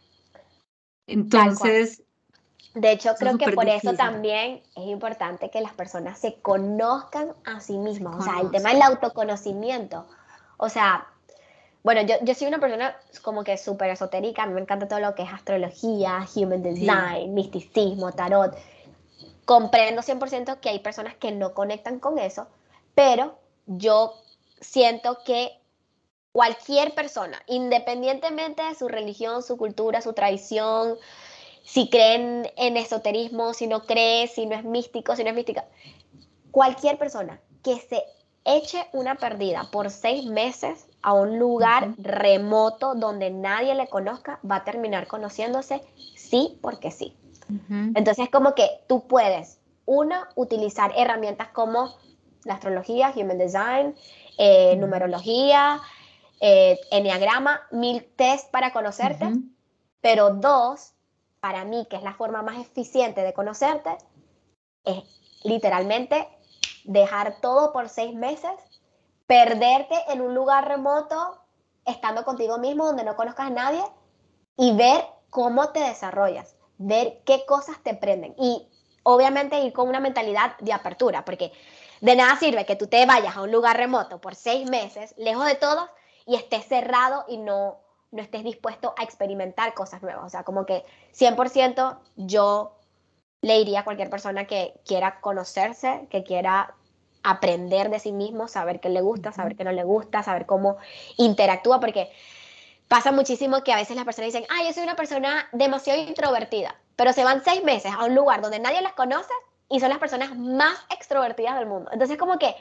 A: tal cual.
B: Entonces,
A: De hecho,
B: eso es
A: creo que
B: súper
A: por eso
B: difícil.
A: también es importante que las personas se conozcan a sí
B: Se
A: mismas, o sea, el tema del
B: conozcan.
A: autoconocimiento. O sea, bueno, yo, yo soy una persona como que súper esotérica, a mí me encanta todo lo que es astrología, human
B: Sí.
A: design, misticismo, tarot. Comprendo cien por ciento que hay personas que no conectan con eso, pero yo siento que cualquier persona, independientemente de su religión, su cultura, su tradición, si creen en esoterismo, si no cree, si no es místico, si no es mística, cualquier persona que se eche una perdida por seis meses a un lugar
B: Ujú,
A: remoto donde nadie le conozca, va a terminar conociéndose sí porque sí.
B: ujú,
A: Entonces, como que tú puedes, una, utilizar herramientas como la astrología, human design, eh,
B: ujú,
A: numerología, eh, enneagrama, mil test para conocerte,
B: ujú.
A: pero dos, para mí, que es la forma más eficiente de conocerte, es literalmente dejar todo por seis meses, perderte en un lugar remoto, estando contigo mismo, donde no conozcas a nadie, y ver cómo te desarrollas, ver qué cosas te prenden. Y obviamente ir con una mentalidad de apertura, porque de nada sirve que tú te vayas a un lugar remoto por seis meses, lejos de todos, y estés cerrado y no, no estés dispuesto a experimentar cosas nuevas. O sea, como que cien por ciento yo le diría a cualquier persona que quiera conocerse, que quiera aprender de sí mismo, saber qué le gusta, saber qué no le gusta, saber cómo interactúa, porque pasa muchísimo que a veces las personas dicen, ah, yo soy una persona demasiado introvertida, pero se van seis meses a un lugar donde nadie las conoce y son las personas más extrovertidas del mundo. Entonces, como que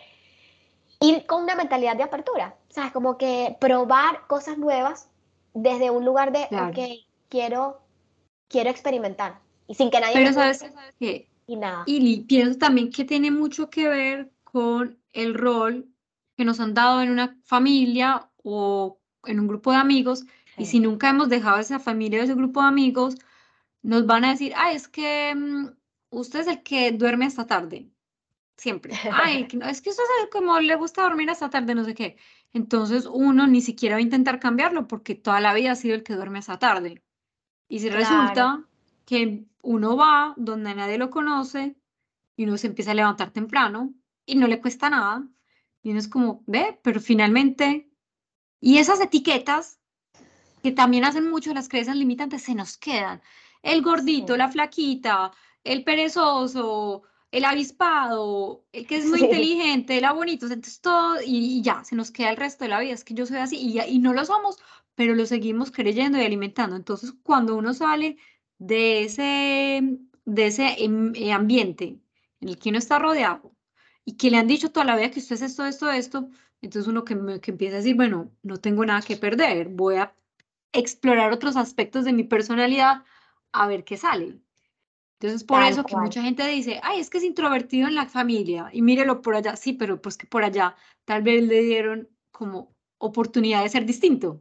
A: ir con una mentalidad de apertura, ¿sabes? Como que probar cosas nuevas desde un lugar de, ok,
B: Claro.
A: quiero, quiero experimentar y sin que nadie me
B: Pero
A: juzgue
B: sabes que,
A: y nada.
B: y li- pienso también que tiene mucho que ver con el rol que nos han dado en una familia o en un grupo de amigos, y
A: Sí.
B: si nunca hemos dejado esa familia o ese grupo de amigos, nos van a decir, ah, es que mm, usted es el que duerme hasta tarde, siempre. Ay, que no, es que usted es el como le gusta dormir hasta tarde, no sé qué. Entonces uno ni siquiera va a intentar cambiarlo porque toda la vida ha sido el que duerme hasta tarde. Y si
A: Claro,
B: resulta que uno va donde nadie lo conoce y uno se empieza a levantar temprano y no le cuesta nada, y uno es como, ve, pero finalmente, y esas etiquetas que también hacen mucho las creencias limitantes se nos quedan. El gordito,
A: sí,
B: la flaquita, el perezoso, el avispado, el que es muy
A: sí,
B: inteligente, la bonito, entonces todo, y, y ya, se nos queda el resto de la vida, es que yo soy así, y, ya- y no lo somos, pero lo seguimos creyendo y alimentando. Entonces, cuando uno sale de ese, de ese em- eh, ambiente en el que uno está rodeado, y que le han dicho toda la vida que usted es esto, esto, esto, entonces uno que, me- que empieza a decir, bueno, no tengo nada que perder, voy a explorar otros aspectos de mi personalidad a ver qué sale. Entonces, por
A: tal
B: eso que
A: cual.
B: mucha gente dice, ay, es que es introvertido en la familia y mírelo por allá. Sí, pero pues que por allá tal vez le dieron como oportunidad de ser distinto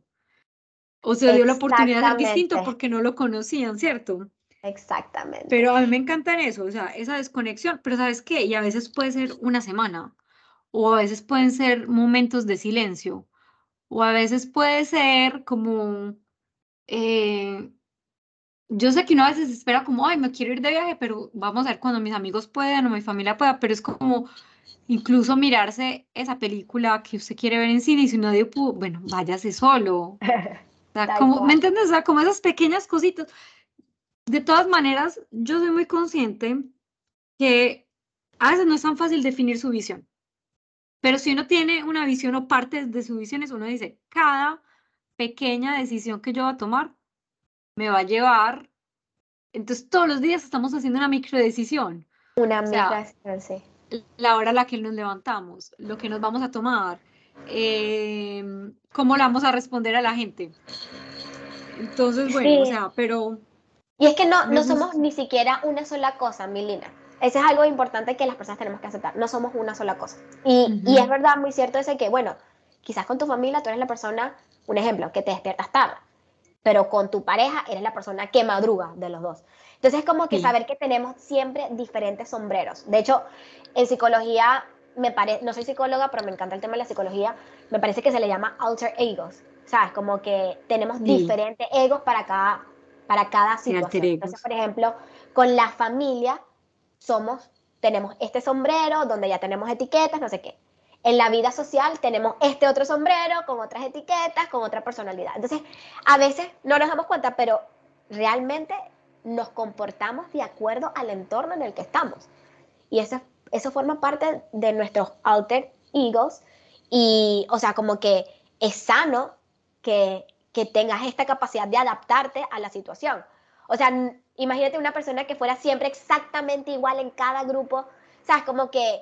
B: o se dio la oportunidad de ser distinto
A: Exactamente,
B: porque no lo conocían, ¿cierto?
A: exactamente.
B: Pero a mí me encanta en eso, o sea, esa desconexión, pero ¿sabes qué? Y a veces puede ser una semana o a veces pueden ser momentos de silencio o a veces puede ser como... eh, yo sé que uno a veces espera como, ay, me quiero ir de viaje, pero vamos a ver cuando mis amigos puedan o mi familia pueda, pero es como incluso mirarse esa película que usted quiere ver en cine y si nadie pudo, bueno, váyase solo. O sea,
A: Tal
B: como, ¿me
A: cual.
B: entiendes? O sea, como esas pequeñas cositas. De todas maneras, yo soy muy consciente que a veces no es tan fácil definir su visión, pero si uno tiene una visión o partes de su visión, es uno dice, cada pequeña decisión que yo voy a tomar me va a llevar. Entonces, todos los días estamos haciendo una microdecisión.
A: Una
B: O sea,
A: microacción, sí.
B: la hora a la que nos levantamos, lo que nos vamos a tomar, em, cómo le vamos a responder a la gente. Entonces, bueno, o
A: Sí,
B: sea, pero
A: y es que no,
B: me
A: no somos
B: gusta.
A: ni siquiera una sola cosa, Milina. Ese es algo importante que las personas tenemos que aceptar. No somos una sola cosa. Y, y es
B: Ujú,
A: verdad, muy cierto ese que, bueno, quizás con tu familia tú eres la persona, un ejemplo, que te despiertas tarde, pero con tu pareja eres la persona que madruga de los dos. Entonces es como que
B: sí,
A: saber que tenemos siempre diferentes sombreros. De hecho, en psicología, me parece, no soy psicóloga, pero me encanta el tema de la psicología, me parece que se le llama alter egos. ¿Sabes? Como que tenemos
B: sí,
A: diferentes egos para cada, para cada
B: sí, alter
A: situación. Entonces,
B: egos.
A: por ejemplo, con la familia somos, tenemos este sombrero donde ya tenemos etiquetas, no sé qué. En la vida social tenemos este otro sombrero con otras etiquetas, con otra personalidad. Entonces, a veces no nos damos cuenta, pero realmente nos comportamos de acuerdo al entorno en el que estamos. Y eso, eso forma parte de nuestros alter egos. Y, o sea, como que es sano que, que tengas esta capacidad de adaptarte a la situación. O sea, imagínate una persona que fuera siempre exactamente igual en cada grupo. ¿Sabes? Como que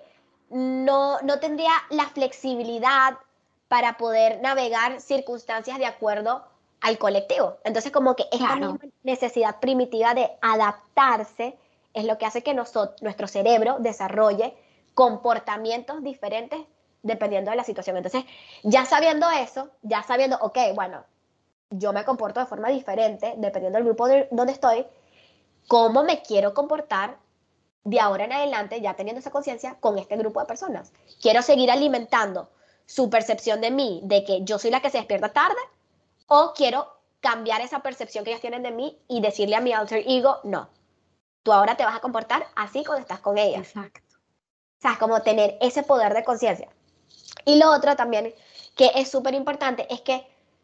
A: no, no tendría la flexibilidad para poder navegar circunstancias de acuerdo al colectivo. Entonces, como que esta
B: Claro,
A: misma necesidad primitiva de adaptarse es lo que hace que nosotros, nuestro cerebro desarrolle comportamientos diferentes dependiendo de la situación. Entonces, ya sabiendo eso, ya sabiendo, ok, bueno, yo me comporto de forma diferente dependiendo del grupo de, donde estoy, ¿cómo me quiero comportar de ahora en adelante, ya teniendo esa conciencia, con este grupo de personas? ¿Quiero seguir alimentando su percepción de mí, de que yo soy la que se despierta tarde? ¿O quiero cambiar esa percepción que ellos tienen de mí y decirle a mi alter ego, no, tú ahora te vas a comportar así cuando estás con ella?
B: exacto.
A: O sea, es como tener ese poder de conciencia. Y lo otro también que es súper importante es que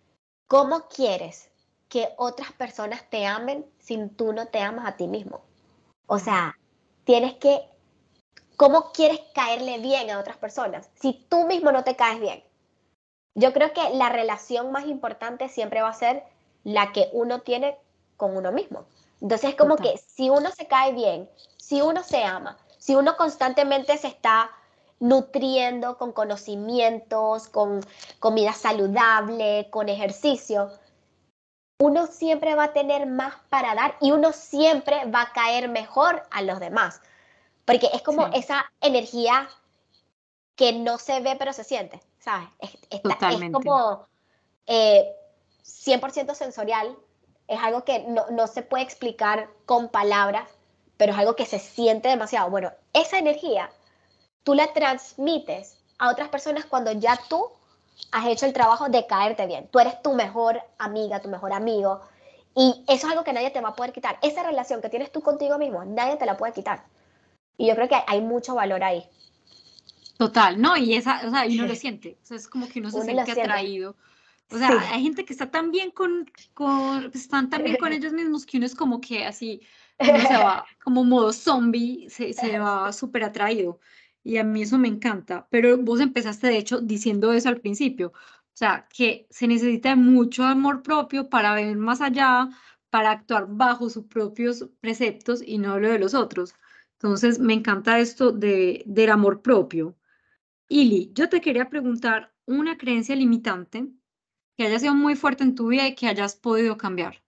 A: ¿cómo quieres que otras personas te amen si tú no te amas a ti mismo? O sea, tienes que, ¿cómo quieres caerle bien a otras personas si tú mismo no te caes bien? Yo creo que la relación más importante siempre va a ser la que uno tiene con uno mismo. Entonces es como
B: Total.
A: que si uno se cae bien, si uno se ama, si uno constantemente se está nutriendo con conocimientos, con comida saludable, con ejercicio, uno siempre va a tener más para dar y uno siempre va a caer mejor a los demás. Porque es como
B: Sí,
A: esa energía que no se ve pero se siente, ¿sabes? Es, está- es
B: totalmente.
A: como eh, cien por ciento sensorial, es algo que no, no se puede explicar con palabras, pero es algo que se siente demasiado. Bueno, esa energía tú la transmites a otras personas cuando ya tú has hecho el trabajo de caerte bien. Tú eres tu mejor amiga, tu mejor amigo, y eso es algo que nadie te va a poder quitar. Esa relación que tienes tú contigo mismo, nadie te la puede quitar. Y yo creo que hay mucho valor ahí.
B: Total, no, y esa, o sea, y uno lo siente, o sea, es como que uno se
A: Uno lo
B: siente
A: siente.
B: atraído. O sea,
A: Sí.
B: hay gente que está tan bien con, con, pues, están tan bien con ellos mismos que uno es como que así, uno se va como modo zombie, se, se va súper atraído. Y a mí eso me encanta. Pero vos empezaste, de hecho, diciendo eso al principio. O sea, que se necesita de mucho amor propio para ver más allá, para actuar bajo sus propios preceptos y no lo de los otros. Entonces, me encanta esto de, del amor propio. Ili, yo te quería preguntar una creencia limitante que haya sido muy fuerte en tu vida y que hayas podido cambiar.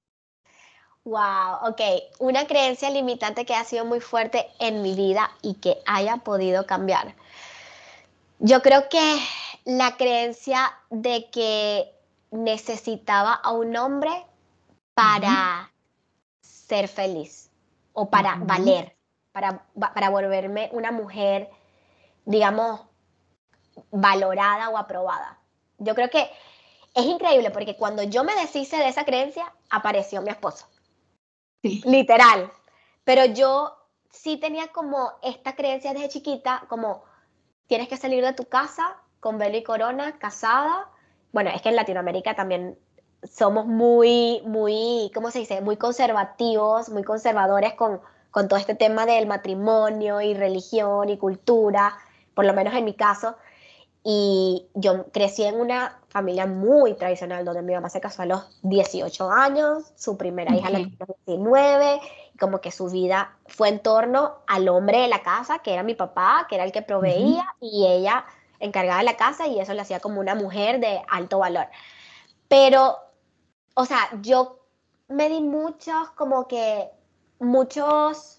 A: Wow, ok. Una creencia limitante que ha sido muy fuerte en mi vida y que haya podido cambiar. Yo creo que la creencia de que necesitaba a un hombre
B: Ujú,
A: para ser feliz o para
B: ujú,
A: valer, para, para volverme una mujer, digamos, valorada o aprobada. Yo creo que es increíble porque cuando yo me deshice de esa creencia, apareció mi esposo.
B: sí.
A: Literal. Pero yo sí tenía como esta creencia desde chiquita, como tienes que salir de tu casa con velo y corona, casada. Bueno, es que en Latinoamérica también somos muy, muy, ¿cómo se dice? Muy conservativos, muy conservadores con, con todo este tema del matrimonio y religión y cultura, por lo menos en mi caso. Y yo crecí en una familia muy tradicional, donde mi mamá se casó a los dieciocho años, su primera hija la tuvo
B: Ok.
A: a los diecinueve, y como que su vida fue en torno al hombre de la casa, que era mi papá, que era el que proveía,
B: Ujú,
A: y ella encargada de la casa, y eso le hacía como una mujer de alto valor. Pero, o sea, yo me di muchos, como que, muchos,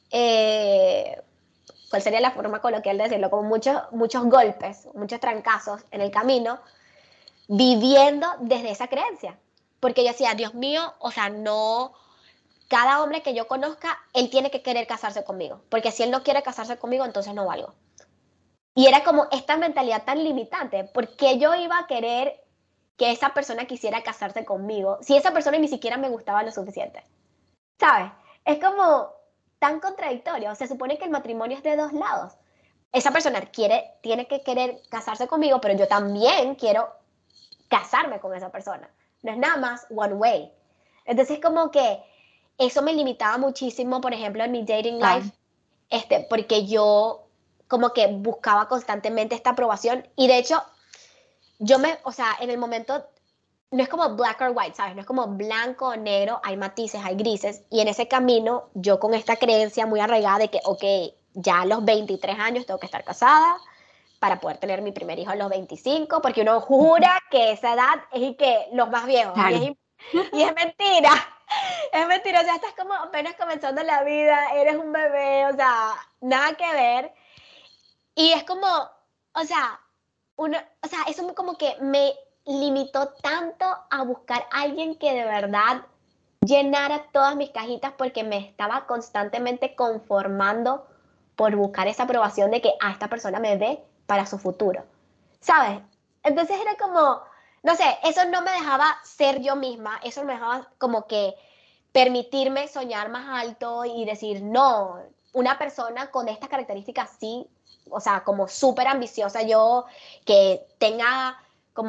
A: eh, ¿cuál sería la forma coloquial de decirlo? Como muchos, muchos golpes, muchos trancazos en el camino, viviendo desde esa creencia. Porque yo decía, Dios mío, o sea, no, cada hombre que yo conozca, él tiene que querer casarse conmigo. Porque si él no quiere casarse conmigo, entonces no valgo. Y era como esta mentalidad tan limitante, porque yo iba a querer que esa persona quisiera casarse conmigo si esa persona ni siquiera me gustaba lo suficiente? ¿Sabes? Es como tan contradictorio. Se supone que el matrimonio es de dos lados. Esa persona quiere, tiene que querer casarse conmigo, pero yo también quiero casarme con esa persona. No es nada más one way. Entonces, como que eso me limitaba muchísimo, por ejemplo, en mi dating life,
B: total.
A: este, porque yo como que buscaba constantemente esta aprobación y de hecho, yo me, o sea, en el momento, no es como black or white, ¿sabes? No es como blanco o negro, hay matices, hay grises, y en ese camino, yo con esta creencia muy arraigada de que, ok, ya a los veintitrés años tengo que estar casada, para poder tener mi primer hijo a los veinticinco, porque uno
B: Ujú,
A: jura que esa edad es y que los más viejos, y
B: claro.
A: es, y es mentira, es mentira, o sea, estás como apenas comenzando la vida, eres un bebé, o sea, nada que ver, y es como, o sea, uno, o sea, eso como que me limitó tanto a buscar a alguien que de verdad llenara todas mis cajitas porque me estaba constantemente conformando por buscar esa aprobación de que a esta persona me ve para su futuro, ¿sabes? Entonces era como, no sé, eso no me dejaba ser yo misma, eso me dejaba como que permitirme soñar más alto y decir, no, una persona con estas características sí, o sea, como súper ambiciosa yo, que tenga como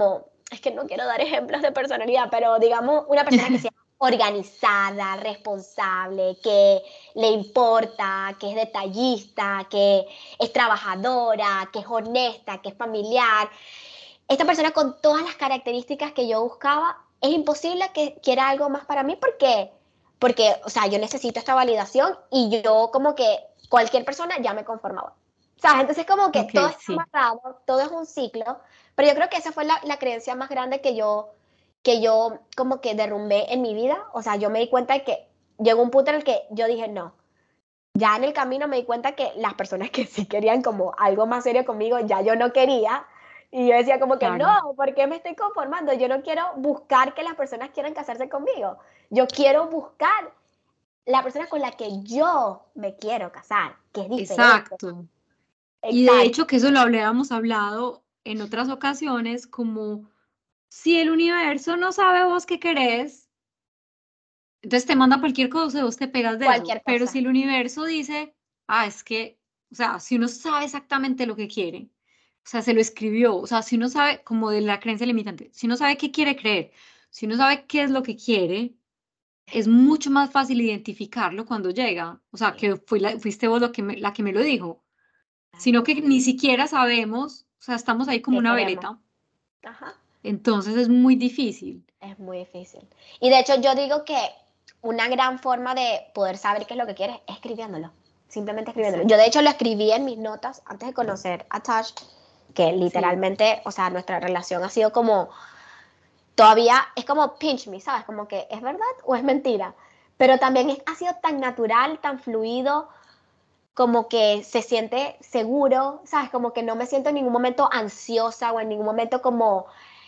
A: es que no quiero dar ejemplos de personalidad, pero digamos una persona que sea organizada, responsable, que le importa, que es detallista, que es trabajadora, que es honesta, que es familiar. Esta persona con todas las características que yo buscaba, es imposible que quiera algo más para mí porque, porque, o sea, yo necesito esta validación y yo como que cualquier persona ya me conformaba. ¿Sabes? Entonces como que
B: Ok,
A: todo está
B: sí,
A: amarrado, todo es un ciclo, pero yo creo que esa fue la, la creencia más grande que yo, que yo como que derrumbé en mi vida. O sea, yo me di cuenta de que llegó un punto en el que yo dije, no, ya en el camino me di cuenta que las personas que sí querían como algo más serio conmigo, ya yo no quería. Y yo decía como que
B: claro.
A: no, ¿por qué me estoy conformando? Yo no quiero buscar que las personas quieran casarse conmigo. Yo quiero buscar la persona con la que yo me quiero casar, que es diferente.
B: Exacto. Y de
A: Exacto.
B: hecho que eso lo habíamos hablado en otras ocasiones, como si el universo no sabe vos qué querés, entonces te manda cualquier cosa y vos te pegas de eso.
A: Cualquier
B: Pero si
A: cosa.
B: el universo dice, ah, es que, o sea, si uno sabe exactamente lo que quiere, o sea, se lo escribió, o sea, si uno sabe, como de la creencia limitante, si uno sabe qué quiere creer, si uno sabe qué es lo que quiere, es mucho más fácil identificarlo cuando llega. O sea, que fui la- fuiste vos lo que me- la que me lo dijo, sino que ni siquiera sabemos, o sea, estamos ahí como
A: ¿Qué
B: una
A: queremos?
B: veleta,
A: Ajá.
B: entonces es muy difícil.
A: Es muy difícil. Y de hecho yo digo que una gran forma de poder saber qué es lo que quieres es escribiéndolo. Simplemente escribiéndolo. Yo de
B: Exacto.
A: hecho lo escribí en mis notas antes de conocer a Tash, que
B: Sí,
A: literalmente, o sea, nuestra relación ha sido como, todavía es como pinch me, ¿sabes? Como que es verdad o es mentira. Pero también es, ha sido tan natural, tan fluido, como que se siente seguro, ¿sabes? Como que no me siento en ningún momento ansiosa o en ningún momento como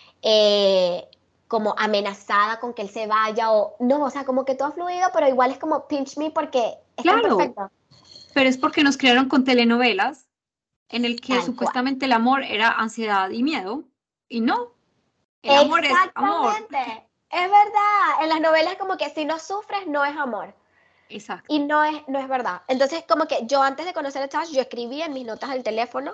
A: eh, como amenazada con que él se vaya o no, o sea, como que todo ha fluido, pero igual es como pinch me porque es tan
B: claro,
A: perfecto.
B: pero es porque nos crearon con telenovelas en el que
A: Tal cual.
B: supuestamente el amor era ansiedad y miedo, y no, el amor es amor.
A: Exactamente. Es verdad. En las novelas como que si no sufres no es amor. Y
B: Exacto.
A: no es, no es verdad. Entonces como que yo antes de conocer a Tash, yo escribí en mis notas del teléfono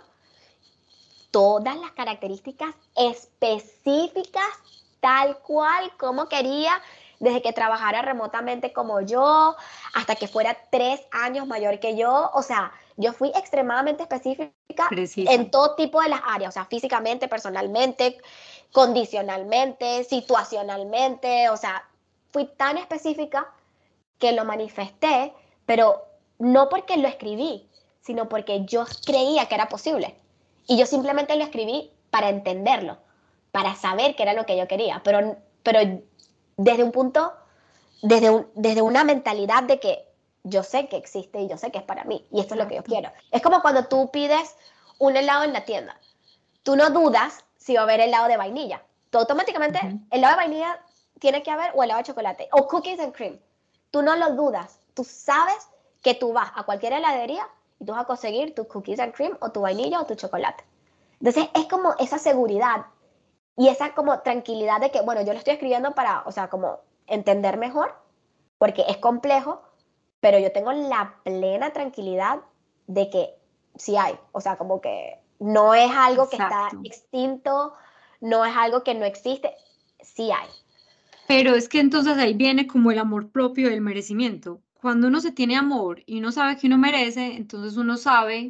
A: todas las características específicas, tal cual como quería, desde que trabajara remotamente como yo, hasta que fuera tres años mayor que yo. O sea, yo fui extremadamente específica
B: Precisa.
A: en todo tipo de las áreas, o sea, físicamente, personalmente, condicionalmente, situacionalmente, o sea, fui tan específica que lo manifesté, pero no porque lo escribí, sino porque yo creía que era posible. Y yo simplemente lo escribí para entenderlo, para saber qué era lo que yo quería, pero, pero desde un punto, desde, un, desde una mentalidad de que yo sé que existe y yo sé que es para mí y esto es lo que yo
B: Exacto.
A: quiero. Es como cuando tú pides un helado en la tienda. Tú no dudas si va a haber helado de vainilla. Tú automáticamente,
B: Ujú.
A: helado de vainilla tiene que haber o helado de chocolate o cookies and cream. Tú no lo dudas. Tú sabes que tú vas a cualquier heladería y tú vas a conseguir tu cookies and cream o tu vainilla o tu chocolate. Entonces es como esa seguridad y esa como tranquilidad de que, bueno, yo lo estoy escribiendo para, o sea, como entender mejor, porque es complejo, pero yo tengo la plena tranquilidad de que sí hay, o sea, como que no es algo que está
B: Exacto.
A: extinto, no es algo que no existe, sí hay.
B: Pero es que entonces ahí viene como el amor propio del merecimiento. Cuando uno se tiene amor y uno sabe que uno merece, entonces uno sabe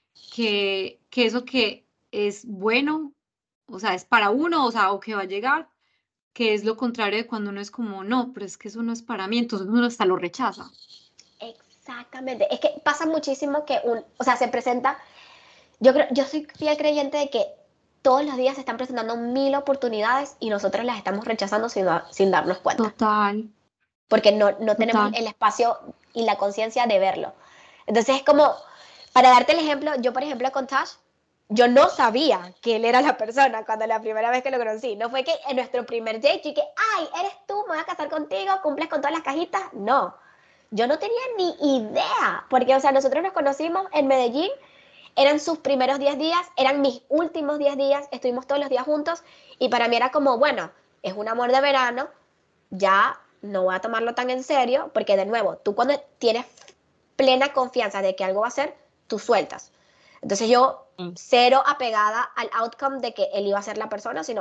B: que, que eso que es bueno, o sea, es para uno, o sea, o que va a llegar, que es lo contrario de cuando uno es como, no, pero es que eso no es para mí, entonces uno hasta lo rechaza.
A: Exactamente, es que pasa muchísimo que un, o sea, se presenta, yo creo, yo soy fiel creyente de que todos los días se están presentando mil oportunidades y nosotros las estamos rechazando sin, sin darnos cuenta,
B: Total,
A: porque no, no tenemos
B: total.
A: el espacio y la conciencia de verlo. Entonces es como, para darte el ejemplo, yo por ejemplo con Tash, yo no sabía que él era la persona cuando la primera vez que lo conocí. No fue que en nuestro primer date yo que, ay, eres tú, me voy a casar contigo, cumples con todas las cajitas. No, yo no tenía ni idea, porque, o sea, nosotros nos conocimos en Medellín, eran sus primeros diez días, eran mis últimos diez días, estuvimos todos los días juntos y para mí era como, bueno, es un amor de verano, ya no voy a tomarlo tan en serio, porque de nuevo, tú cuando tienes plena confianza de que algo va a ser, tú sueltas. Entonces yo
B: Mm.
A: cero apegada al outcome de que él iba a ser la persona, sino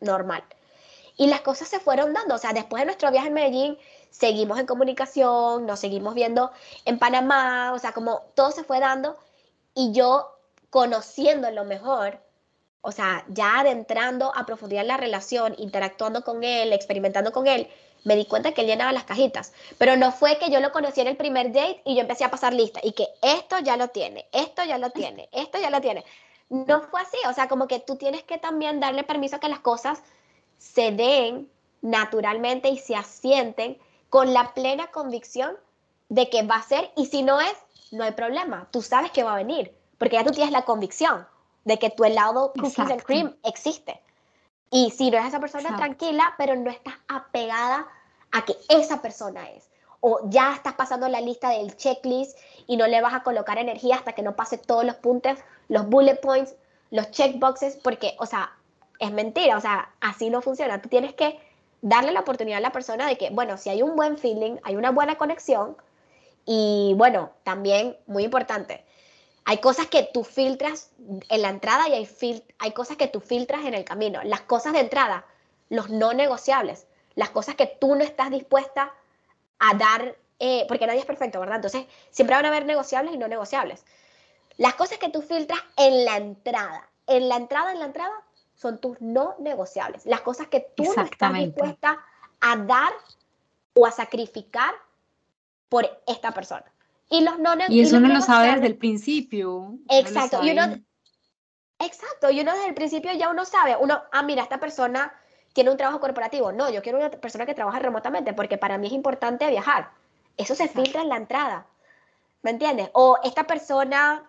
A: normal. Y las cosas se fueron dando, o sea, después de nuestro viaje en Medellín, seguimos en comunicación, nos seguimos viendo en Panamá, o sea, como todo se fue dando y yo conociéndolo mejor, o sea, ya adentrando a profundidad en la relación, interactuando con él, experimentando con él, me di cuenta que él llenaba las cajitas. Pero no fue que yo lo conocí en el primer date y yo empecé a pasar lista y que esto ya lo tiene, esto ya lo tiene, esto ya lo tiene. No fue así, o sea, como que tú tienes que también darle permiso a que las cosas se den naturalmente y se asienten con la plena convicción de que va a ser, y si no es, no hay problema, tú sabes que va a venir, porque ya tú tienes la convicción de que tu helado cookies and
B: Exacto,
A: cream existe. Y si no es esa persona,
B: exacto.
A: tranquila, pero no estás apegada a que esa persona es. O ya estás pasando la lista del checklist y no le vas a colocar energía hasta que no pase todos los puntos, los bullet points, los checkboxes, porque, o sea, es mentira, o sea, así no funciona. Tú tienes que darle la oportunidad a la persona de que, bueno, si hay un buen feeling, hay una buena conexión y, bueno, también, muy importante, hay cosas que tú filtras en la entrada y hay, fil hay cosas que tú filtras en el camino. Las cosas de entrada, los no negociables, las cosas que tú no estás dispuesta a dar, eh, porque nadie es perfecto, ¿verdad? Entonces, siempre van a haber negociables y no negociables. Las cosas que tú filtras en la entrada, en la entrada, en la entrada, son tus no negociables. Las cosas que tú no estás
B: Exactamente.
A: dispuesta a dar o a sacrificar por esta persona. Y los, no
B: Y
A: y
B: eso
A: los
B: uno lo sabe desde
A: negociables,
B: el principio, uno lo
A: exacto, y uno,
B: sabe.
A: exacto, y uno desde el principio ya uno sabe, uno, ah, mira, esta persona tiene un trabajo corporativo. No, yo quiero una persona que trabaja remotamente porque para mí es importante viajar. Eso se filtra
B: Exacto.
A: en la entrada, ¿me entiendes? O esta persona,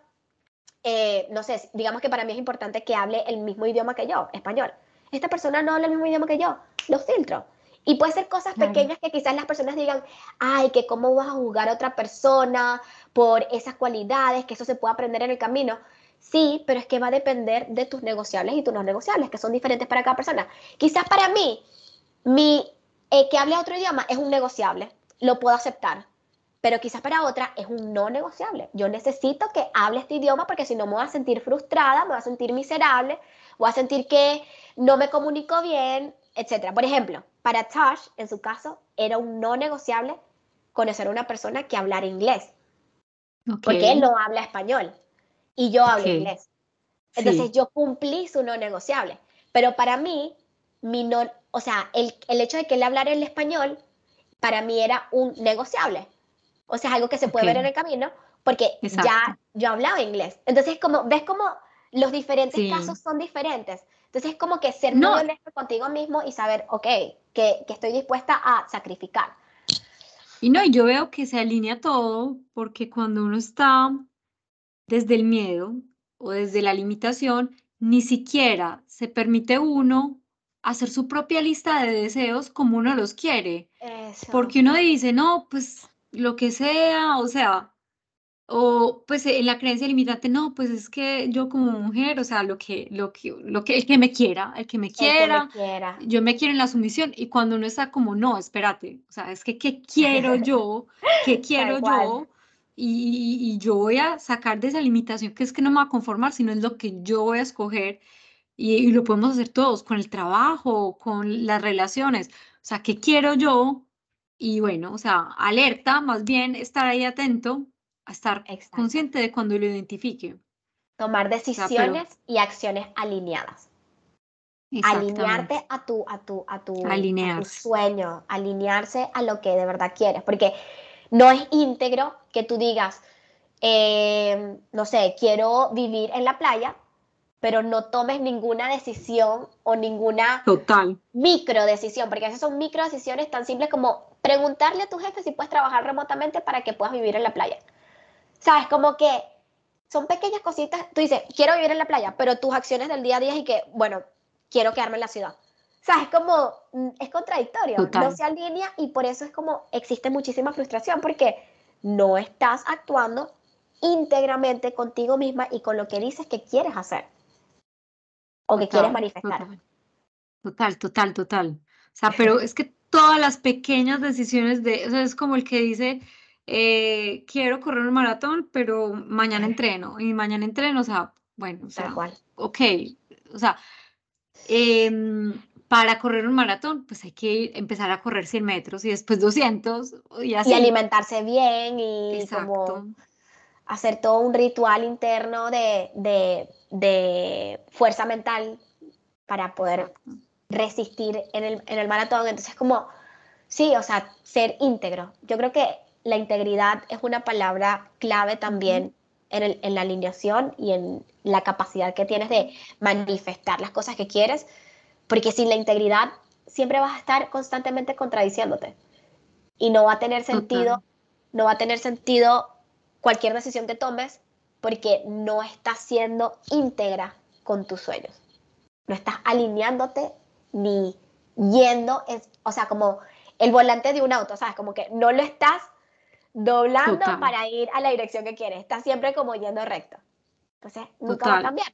A: eh, no sé, digamos que para mí es importante que hable el mismo idioma que yo, español. Esta persona no habla el mismo idioma que yo, lo filtro. Y puede ser cosas
B: Claro.
A: pequeñas que quizás las personas digan, ay, que cómo vas a juzgar a otra persona por esas cualidades, que eso se puede aprender en el camino. Sí, pero es que va a depender de tus negociables y tus no negociables, que son diferentes para cada persona. Quizás para mí, mi eh, que hable otro idioma es un negociable, lo puedo aceptar, pero quizás para otra es un no negociable. Yo necesito que hable este idioma porque si no me voy a sentir frustrada, me voy a sentir miserable, voy a sentir que no me comunico bien, etcétera. Por ejemplo, para Tosh, en su caso, era un no negociable conocer a una persona que hablara inglés,
B: Ok,
A: porque él no habla español y yo hablo
B: ok.
A: inglés. Entonces
B: Sí,
A: yo cumplí su no negociable. Pero para mí, mi no, o sea, el, el hecho de que él hablara el español, para mí era un negociable. O sea, es algo que se puede ver en
B: ok.
A: el camino, porque
B: Exacto.
A: ya yo hablaba inglés. Entonces, como, ¿ves cómo los diferentes casos
B: Sí.
A: son diferentes? Entonces, es como que ser muy
B: No,
A: honesto contigo mismo y saber, ok, que, que estoy dispuesta a sacrificar.
B: y no, y yo veo que se alinea todo porque cuando uno está desde el miedo o desde la limitación, ni siquiera se permite uno hacer su propia lista de deseos como uno los quiere,
A: Eso,
B: porque uno dice, no, pues lo que sea, o sea, o pues en la creencia limitante, no, pues es que yo como mujer, o sea, lo que, lo que, lo que, el que me quiera, el que me
A: el que me
B: quiera,
A: quiera.
B: yo me quiero en la sumisión, y cuando uno está como, no, espérate, o sea, es que, ¿qué quiero yo? ¿Qué
A: Tal
B: quiero
A: cual.
B: yo? Y, y yo voy a sacar de esa limitación que es que no me va a conformar, sino es lo que yo voy a escoger, y, y lo podemos hacer todos, con el trabajo, con las relaciones, o sea, ¿qué quiero yo? Y bueno, o sea, alerta, más bien estar ahí atento a estar
A: Exacto.
B: consciente de cuando lo identifique. O
A: Tomar
B: sea, pero
A: decisiones y acciones alineadas. Alinearte
B: exactamente,
A: a tu, a tu, a tu, a tu
B: alinearse.
A: sueño, alinearse a lo que de verdad quieres, porque no es íntegro que tú digas, eh, no sé, quiero vivir en la playa, pero no tomes ninguna decisión o ninguna
B: Total,
A: micro decisión, porque esas son micro decisiones tan simples como preguntarle a tu jefe si puedes trabajar remotamente para que puedas vivir en la playa. ¿Sabes? Como que son pequeñas cositas. Tú dices, quiero vivir en la playa, pero tus acciones del día a día y que, bueno, quiero quedarme en la ciudad. ¿Sabes? Es como, mm, es contradictorio, no
B: total,
A: se alinea y por eso es como existe muchísima frustración porque no estás actuando íntegramente contigo misma y con lo que dices que quieres hacer o que quieres
B: total,
A: manifestar.
B: total, total, total, total. O sea, pero es que todas las pequeñas decisiones de, o sea, es como el que dice, eh, quiero correr un maratón, pero mañana entreno, y mañana entreno, o sea, bueno, o
A: Tal
B: sea,
A: cual.
B: ok, o sea, em, para correr un maratón, pues hay que ir- empezar a correr cien metros y después doscientos y
A: Y
B: así.
A: alimentarse bien y como
B: Exacto,
A: hacer todo un ritual interno de, de, de fuerza mental para poder
B: exacto.
A: resistir en el, en el maratón. Entonces, como, sí, o sea, ser íntegro. Yo creo que la integridad es una palabra clave
B: Ujú,
A: también en, el, en la alineación y en la capacidad que tienes de manifestar las cosas que quieres, porque sin la integridad siempre vas a estar constantemente contradiciéndote y no va a tener sentido,
B: total,
A: no va a tener sentido cualquier decisión que tomes porque no estás siendo íntegra con tus sueños. No estás alineándote ni yendo, es, o sea, como el volante de un auto, ¿sabes? Como que no lo estás doblando
B: total,
A: para ir a la dirección que quieres, estás siempre como yendo recto. Entonces, nunca va a
B: total.
A: cambiar.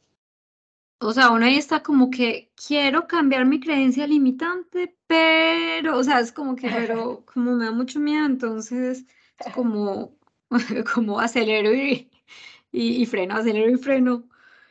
B: O sea, uno ahí está como que quiero cambiar mi creencia limitante, pero, o sea, es como que, pero como me da mucho miedo, entonces es como, como acelero y, y, y freno, acelero y freno.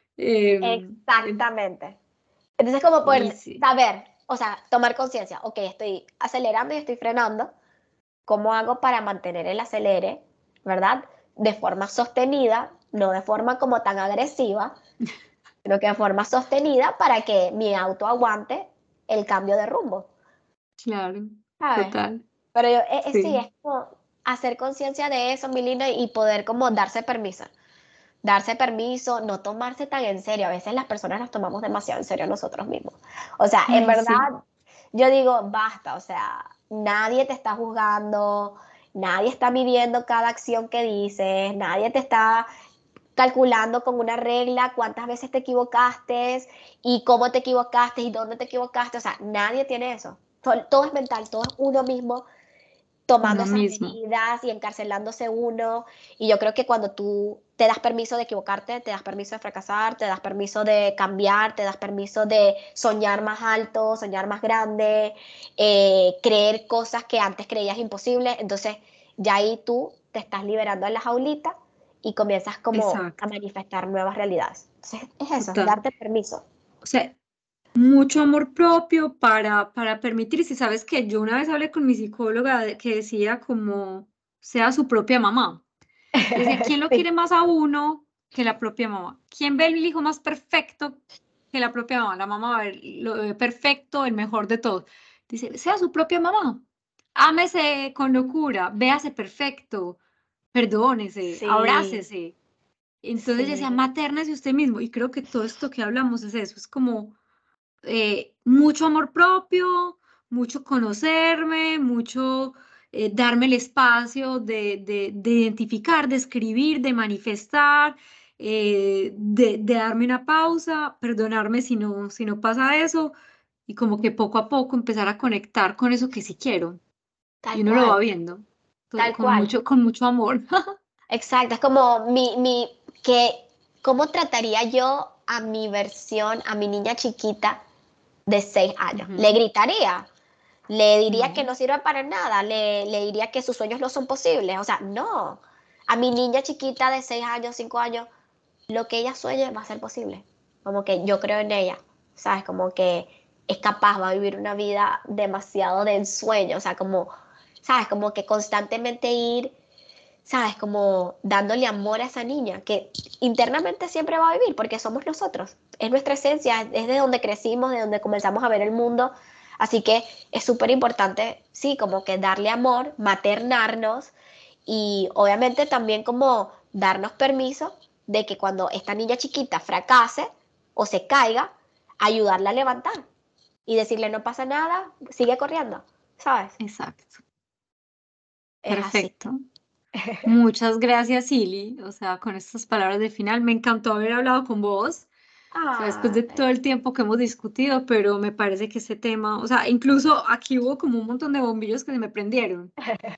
B: em, en-
A: Exactamente. Entonces, como
B: y
A: poder
B: sí,
A: saber, o sea, tomar conciencia, ok, estoy acelerando y estoy frenando, ¿cómo hago para mantener el acelere, verdad? De forma sostenida, no de forma como tan agresiva, sino que de forma sostenida para que mi auto aguante el cambio de rumbo,
B: claro,
A: ¿sabes?
B: total,
A: Pero yo, eh, eh, sí,
B: sí,
A: es como hacer conciencia de eso, mi linda, y poder como darse permiso. Darse permiso, no tomarse tan en serio. A veces las personas nos tomamos demasiado en serio nosotros mismos. O sea, en
B: ay, sí,
A: verdad, yo digo, basta, o sea, nadie te está juzgando, nadie está midiendo cada acción que dices, nadie te está calculando con una regla cuántas veces te equivocaste y cómo te equivocaste y dónde te equivocaste. O sea, nadie tiene eso. Todo, todo es mental, todo es uno mismo tomando
B: uno
A: esas
B: mismo,
A: medidas y encarcelándose uno. Y yo creo que cuando tú te das permiso de equivocarte, te das permiso de fracasar, te das permiso de cambiar, te das permiso de soñar más alto, soñar más grande, eh, creer cosas que antes creías imposibles, entonces ya ahí tú te estás liberando de la jaulita y comienzas como a
B: exacto,
A: manifestar nuevas realidades. Entonces es eso, es
B: total.
A: darte permiso.
B: O sea, mucho amor propio para, para permitirse. Sabes que yo una vez hablé con mi psicóloga de- que decía como sea su propia mamá. Decía, ¿quién lo quiere
A: Sí,
B: más a uno que la propia mamá? ¿Quién ve el hijo más perfecto que la propia mamá? La mamá va a ver lo ve perfecto, el mejor de todos. Dice, sea su propia mamá. Ámese con locura, véase perfecto, perdónese,
A: sí,
B: abrácese. Entonces ella decía,
A: sí,
B: matérnese usted mismo. Y creo que todo esto que hablamos es eso, es como eh, mucho amor propio, mucho conocerme, mucho eh, darme el espacio de, de, de identificar, de escribir, de manifestar, eh, de, de darme una pausa, perdonarme si no, si no pasa eso, y como que poco a poco empezar a conectar con eso que sí quiero. Y
A: tal
B: uno lo va
A: cual,
B: viendo to-
A: tal
B: con
A: cual.
B: mucho, con mucho amor.
A: Exacto, es como mi, mi, que, ¿cómo trataría yo a mi versión, a mi niña chiquita de seis años? Le
B: Ujú,
A: gritaría, le diría que
B: no,
A: no sirve para nada, le, le diría que sus sueños no son posibles, o sea, no. A mi niña chiquita de seis años, cinco años, lo que ella sueñe va a ser posible. Como que yo creo en ella, ¿sabes? Como que es capaz, va a vivir una vida demasiado de ensueño, o sea, como, ¿sabes? Como que constantemente ir, ¿sabes? Como dándole amor a esa niña que internamente siempre va a vivir porque somos nosotros, es nuestra esencia, es de donde crecimos, de donde comenzamos a ver el mundo. Así que es súper importante, sí, como que darle amor, maternarnos y obviamente también como darnos permiso de que cuando esta niña chiquita fracase o se caiga, ayudarla a levantar y decirle no pasa nada, sigue corriendo, ¿sabes?
B: exacto,
A: Es así.
B: perfecto. Muchas gracias, Silly. O sea, con estas palabras de final, me encantó haber hablado con vos. O sea, después de todo
A: Ay.
B: el tiempo que hemos discutido, pero me parece que ese tema, o sea, incluso aquí hubo como un montón de bombillos que se me prendieron.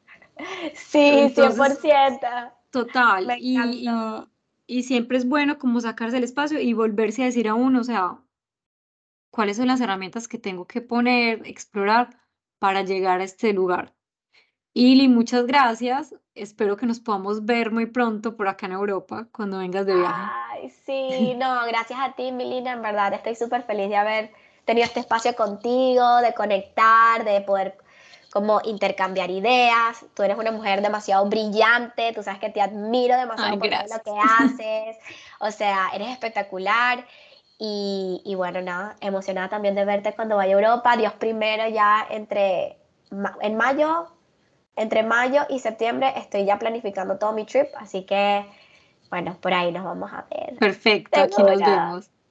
A: Sí, cien por
B: Entonces,
A: ciento.
B: total,
A: Me encantó.
B: y, y, y siempre es bueno como sacarse el espacio y volverse a decir a uno, o sea, cuáles son las herramientas que tengo que poner, explorar para llegar a este lugar. Ili, muchas gracias. Espero que nos podamos ver muy pronto por acá en Europa cuando vengas de viaje.
A: Ay, sí, no, gracias a ti, Milina, en verdad, estoy súper feliz de haber tenido este espacio contigo, de conectar, de poder como intercambiar ideas. Tú eres una mujer demasiado brillante, tú sabes que te admiro demasiado
B: Ay,
A: por todo lo
B: gracias.
A: que haces, o sea, eres espectacular. Y, y bueno, nada, emocionada también de verte cuando vaya a Europa. Dios primero, ya entre, ma- en mayo, entre mayo y septiembre estoy ya planificando todo mi trip, así que bueno, por ahí nos vamos a ver.
B: Perfecto, aquí nos
A: Segura.
B: vemos.